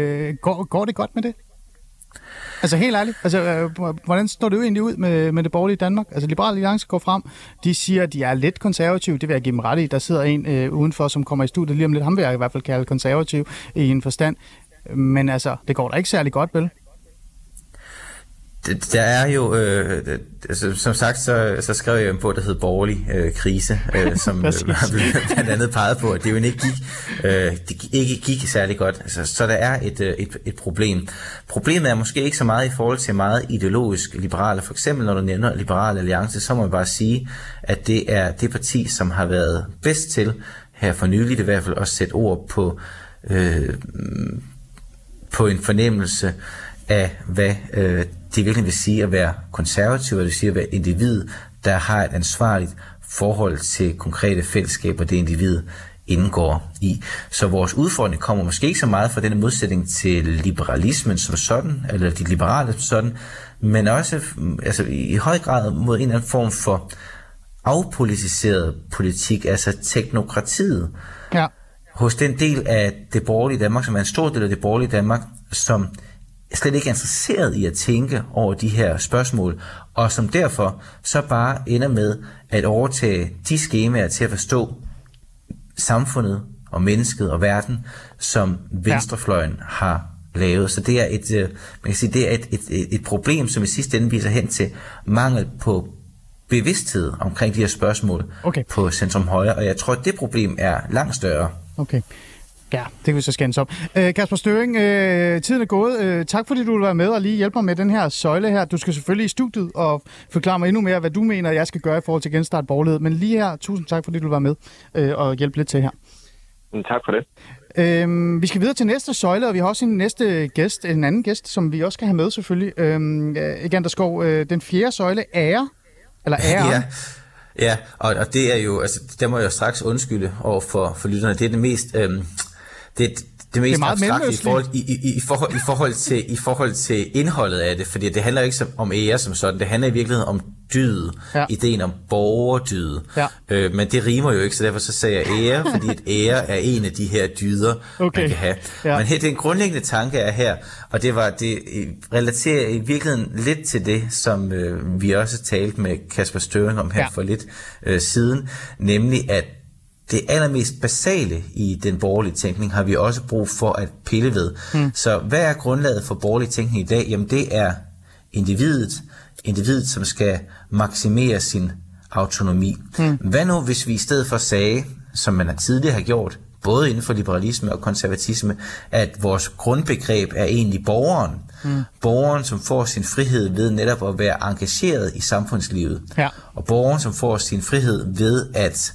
Går det godt med det? Altså helt ærligt, altså, hvordan står det jo egentlig ud med det borgerlige Danmark? Altså Liberal Alliance går frem, de siger, at de er lidt konservative, det vil jeg give dem ret i. Der sidder en udenfor, som kommer i studiet lige om lidt, ham vil jeg i hvert fald kalde konservativ i en forstand. Men altså, det går da ikke særlig godt, vel? Der er jo, som sagt, så skrev jeg en bog, der hed Borgerlig Krise, som blandt andet pegede på, at det jo ikke gik særlig godt. Altså, så der er et problem. Problemet er måske ikke så meget i forhold til meget ideologisk liberale. For eksempel, når du nævner Liberal Alliance, så må man bare sige, at det er det parti, som har været bedst til, her for nyligt i hvert fald, at sætte ord på på en fornemmelse af, hvad det virkelig vil sige at være konservativ, hvad det vil sige at være individ, der har et ansvarligt forhold til konkrete fællesskaber, det individ indgår i. Så vores udfordring kommer måske ikke så meget fra denne modsætning til liberalismen som sådan, eller de liberale som sådan, men også i høj grad mod en eller anden form for afpolitiseret politik, altså teknokratiet. Ja. Hos den del af det borgerlige Danmark, som er en stor del af det borgerlige Danmark, som slet ikke er interesseret i at tænke over de her spørgsmål, og som derfor så bare ender med at overtage de skemaer til at forstå samfundet og mennesket og verden, som venstrefløjen har lavet. Så det er et problem, som i sidste ende viser hen til mangel på bevidsthed omkring de her spørgsmål på centrum højre, og jeg tror, at det problem er langt større. Okay. Ja, det kan vi så skændes op. Kasper Støring, tiden er gået. Tak fordi du vil være med og lige hjælpe mig med den her søjle her. Du skal selvfølgelig i studiet og forklare mig endnu mere, hvad du mener, jeg skal gøre i forhold til genstart borgerlighed. Men lige her, tusind tak fordi du vil være med og hjælpe lidt til her. Tak for det. Vi skal videre til næste søjle, og vi har også en anden gæst, som vi også skal have med selvfølgelig. Egander Skov, den fjerde søjle, ære. Eller ære. Ja, og det er jo, altså, der må jeg jo straks undskylde over for lytterne. Det er det mest, det mest abstrakte i forhold til indholdet af det, fordi det handler ikke om ære som sådan, det handler i virkeligheden om dyd, ideen om borgerdyd. Ja. Men det rimer jo ikke, så derfor så sagde jeg ære, fordi et ære er en af de her dyder, man kan have. Ja. Men den grundlæggende tanke er her, og det relaterer i virkeligheden lidt til det, som vi også talte med Kasper Støring om her for lidt siden, nemlig at det allermest basale i den borgerlige tænkning har vi også brug for at pille ved. Så hvad er grundlaget for borgerlig tænkning i dag? Jamen det er individet, som skal maksimere sin autonomi. Hvad nu, hvis vi i stedet for sagde, som man tidligere har gjort, både inden for liberalisme og konservatisme, at vores grundbegreb er egentlig borgeren. Borgeren, som får sin frihed ved netop at være engageret i samfundslivet. Ja. Og borgeren, som får sin frihed ved at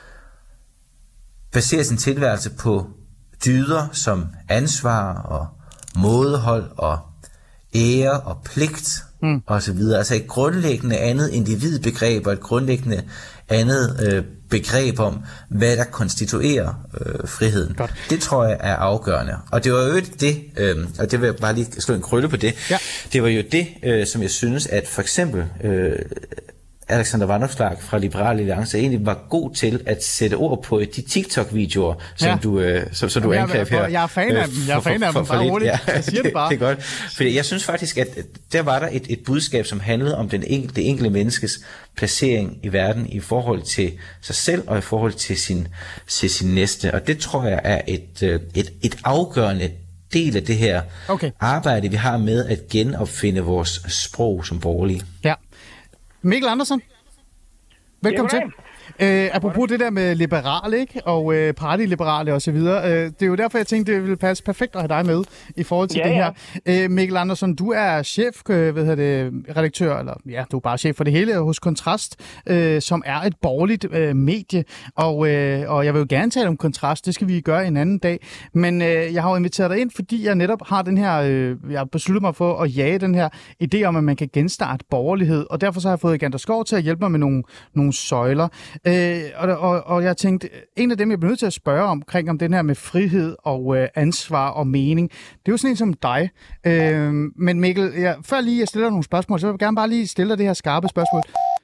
basere sin tilværelse på dyder som ansvar og mådehold og ære og pligt og så videre. Altså et grundlæggende andet individbegreb og et grundlæggende andet begreb om, hvad der konstituerer friheden. Godt. Det tror jeg er afgørende. Og det var jo det, og det vil jeg bare lige slå en krølle på det, det var jo det, som jeg synes, at for eksempel Alexander Vanopslagh fra Liberal Alliance egentlig var god til at sætte ord på de TikTok-videoer, som du angreb her. Jeg er fan af dem. Jeg er fan af dem. Bare roligt. Jeg siger det bare. Det er godt. Fordi jeg synes faktisk, at der var der et budskab, som handlede om det enkelte menneskes placering i verden i forhold til sig selv og i forhold til sin næste. Og det tror jeg er et afgørende del af det her arbejde, vi har med at genopfinde vores sprog som borgerlige. Ja. Mikkel Andersen, velkommen til. Apropos det der med liberale, ikke? Og partyliberale og så videre. Det er jo derfor, jeg tænkte, det ville passe perfekt at have dig med i forhold til det her. Mikkel Andersen, du er redaktør, eller du er bare chef for det hele hos Kontrast, som er et borgerligt medie. Og jeg vil jo gerne tale om Kontrast, det skal vi gøre en anden dag. Men jeg har jo inviteret dig ind, fordi jeg netop har den her, jeg har besluttet mig for at jage den her idé om, at man kan genstarte borgerlighed. Og derfor så har jeg fået Egander Skov til at hjælpe mig med nogle søjler. Og jeg tænkte, en af dem, jeg bliver nødt til at spørge om den her med frihed og ansvar og mening, det er jo sådan en som dig. Men Mikkel, før lige jeg stiller nogle spørgsmål, så vil jeg gerne bare lige stille dig det her skarpe spørgsmål.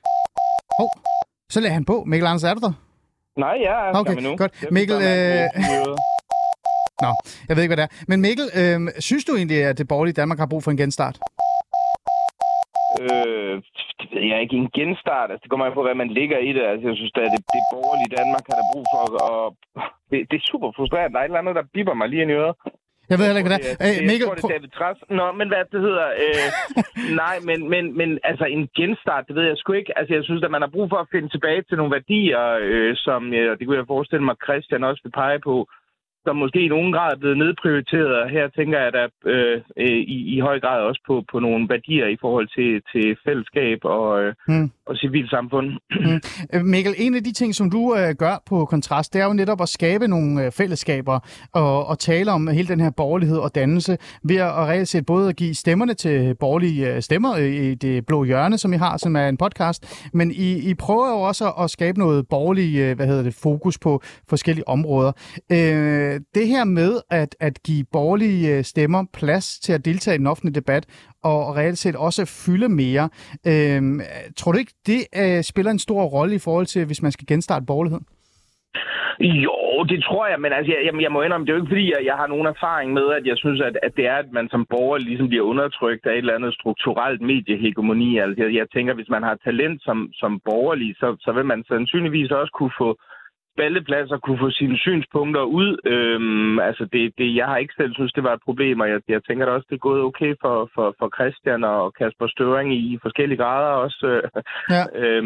Så lader han på. Mikkel Anders, er du der? Nej, jeg er okay, nu. Godt. Mikkel, Nå, jeg ved ikke, hvad det er. Men Mikkel, synes du egentlig, at det borgerlige Danmark har brug for en genstart? Det ved jeg ikke. En genstart. Altså, det kommer an på, hvad man ligger i det. Altså, jeg synes, at det borgerlige Danmark har der brug for. Og det er super frustrerende. Der er et eller andet, der bipper mig lige ind i øret. Jeg ved heller ikke, hvad det er. Jeg tror, det er David Træs. Nå, men hvad det hedder... nej, men altså en genstart, det ved jeg sgu ikke. Altså, jeg synes, at man har brug for at finde tilbage til nogle værdier, som... det kunne jeg forestille mig, Christian også vil pege på. som måske i nogen grad er blevet nedprioriteret. Og her tænker jeg da i høj grad også på nogle værdier i forhold til fællesskab og civilsamfund. Mikkel, en af de ting, som du gør på Kontrast, det er jo netop at skabe nogle fællesskaber og tale om hele den her borgerlighed og dannelse ved at reelt set både at give stemmerne til borgerlige stemmer i Det Blå Hjørne, som I har, som er en podcast, men I prøver jo også at skabe noget borgerlig, fokus på forskellige områder. Det her med at give borgerlige stemmer plads til at deltage i den offentlige debat og reelt set også fylde mere, tror du ikke, det spiller en stor rolle i forhold til, hvis man skal genstarte borgerligheden? Jo, det tror jeg, men altså, jeg må indrømme, det er jo ikke fordi, jeg har nogen erfaring med, at jeg synes, at det er, at man som borger ligesom bliver undertrykt af et eller andet strukturelt mediehegemoni. Altså, jeg tænker, hvis man har talent som borgerlig, så vil man sandsynligvis også kunne få spalteplads og kunne få sine synspunkter ud. Jeg har ikke selv synes, det var et problem, og jeg tænker da også, det er gået okay for Christian og Kasper Støring i forskellige grader også. Ja.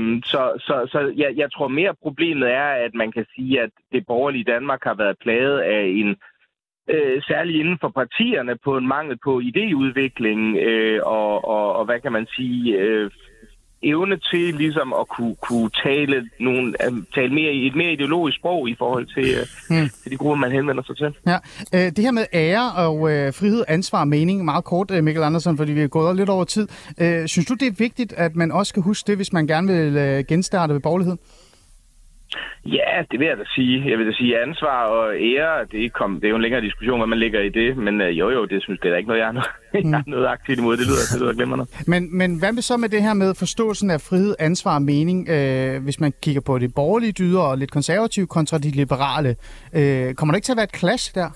Jeg tror mere problemet er, at man kan sige, at det borgerlige Danmark har været plaget af en særligt inden for partierne på en mangel på idéudvikling og hvad kan man sige, evne til ligesom at kunne tale mere i et mere ideologisk sprog i forhold til de grupper, man henvender sig til. Ja. Det her med ære og frihed, ansvar og mening, meget kort, Mikkel Andersen, fordi vi er gået lidt over tid. Synes du, det er vigtigt, at man også skal huske det, hvis man gerne vil genstarte ved borgerligheden? Ja, det vil jeg da sige. Jeg vil da sige ansvar og ære, det er jo en længere diskussion, hvad man lægger i det, men det synes jeg da ikke noget, jeg har noget aktivt imod. Det lyder glimrende. Men hvad med så med det her med forståelsen af frihed, ansvar og mening, hvis man kigger på det borgerlige dyder og lidt konservative kontra de liberale? Kommer der ikke til at være et clash der?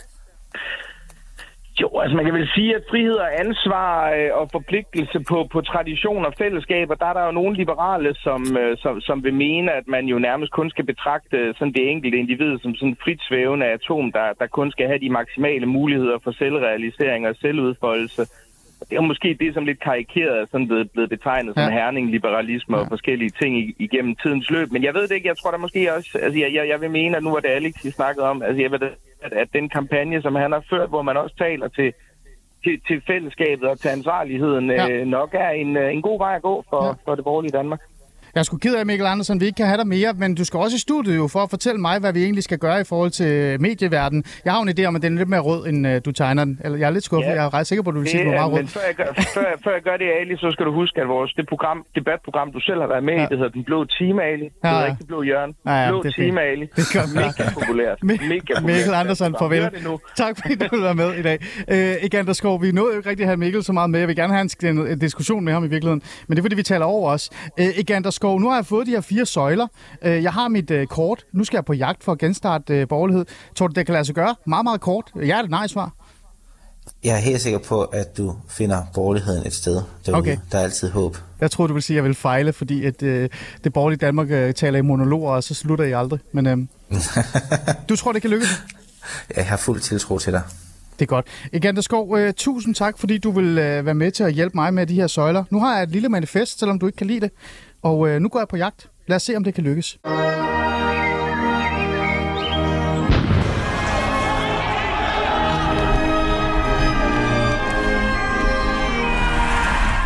Jo, altså man kan vel sige, at frihed og ansvar og forpligtelse på tradition og fællesskaber, der er der jo nogle liberale, som vil mene, at man jo nærmest kun skal betragte sådan det enkelte individ som sådan frit svævende atom, der kun skal have de maksimale muligheder for selvrealisering og selvudfoldelse. Det er måske det, som lidt karikeret er sådan blevet betegnet som herning, liberalisme og forskellige ting igennem tidens løb. Men jeg ved det ikke, jeg tror der måske også, altså jeg vil mene, at nu var det Alex, I snakkede om, altså jeg ved at den kampagne, som han har ført, hvor man også taler til fællesskabet og til ansvarligheden, nok er en god vej at gå for det borgerlige Danmark. Jeg er sgu ked af, Mikkel Andersen, vi ikke kan have dig mere, men du skal også i studiet jo for at fortælle mig, hvad vi egentlig skal gøre i forhold til medieverdenen. Jeg har en idé om, at den er lidt mere rød, end du tegner den. Eller jeg er lidt skuffet, jeg er ret sikker på, at du vil sige, at den er meget rød. Men før jeg gør det, Ali, så skal du huske, at det debatprogram, du selv har været med i, det hedder Den Blå Time, Ali. Det hedder ikke Det Blå Hjørne. Blå Time, Ali. Det er mega populært. Mikkel Andersen, farvel. Tak fordi du vil være med i dag. Egander Skov, vi nåede jo ikke rigtig at have Mikkel så meget med. Jeg vil gerne have en diskussion med ham i virkeligheden, men det er fordi, vi taler over os. Egander Skov, nu har jeg fået de her 4 søjler. Jeg har mit kort. Nu skal jeg på jagt for at genstarte borgerlighed. Tror du, det kan lade sig gøre? Meget, meget kort. Ja, det er nej svar. Jeg er helt sikker på, at du finder borgerligheden et sted derude. Okay. Der er altid håb. Jeg tror, du vil sige, at jeg vil fejle, fordi at, det borgerlige Danmark taler i monologer, og så slutter I aldrig. Men du tror, det kan lykkes? Jeg har fuld tiltro til dig. Det er godt. Egander Skov, tusind tak, fordi du vil være med til at hjælpe mig med de her søjler. Nu har jeg et lille manifest, selvom du ikke kan lide det. Og nu går jeg på jagt. Lad os se, om det kan lykkes.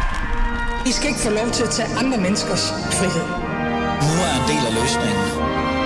I skal ikke få lov til at tage andre menneskers frihed. Nu er en del af løsningen.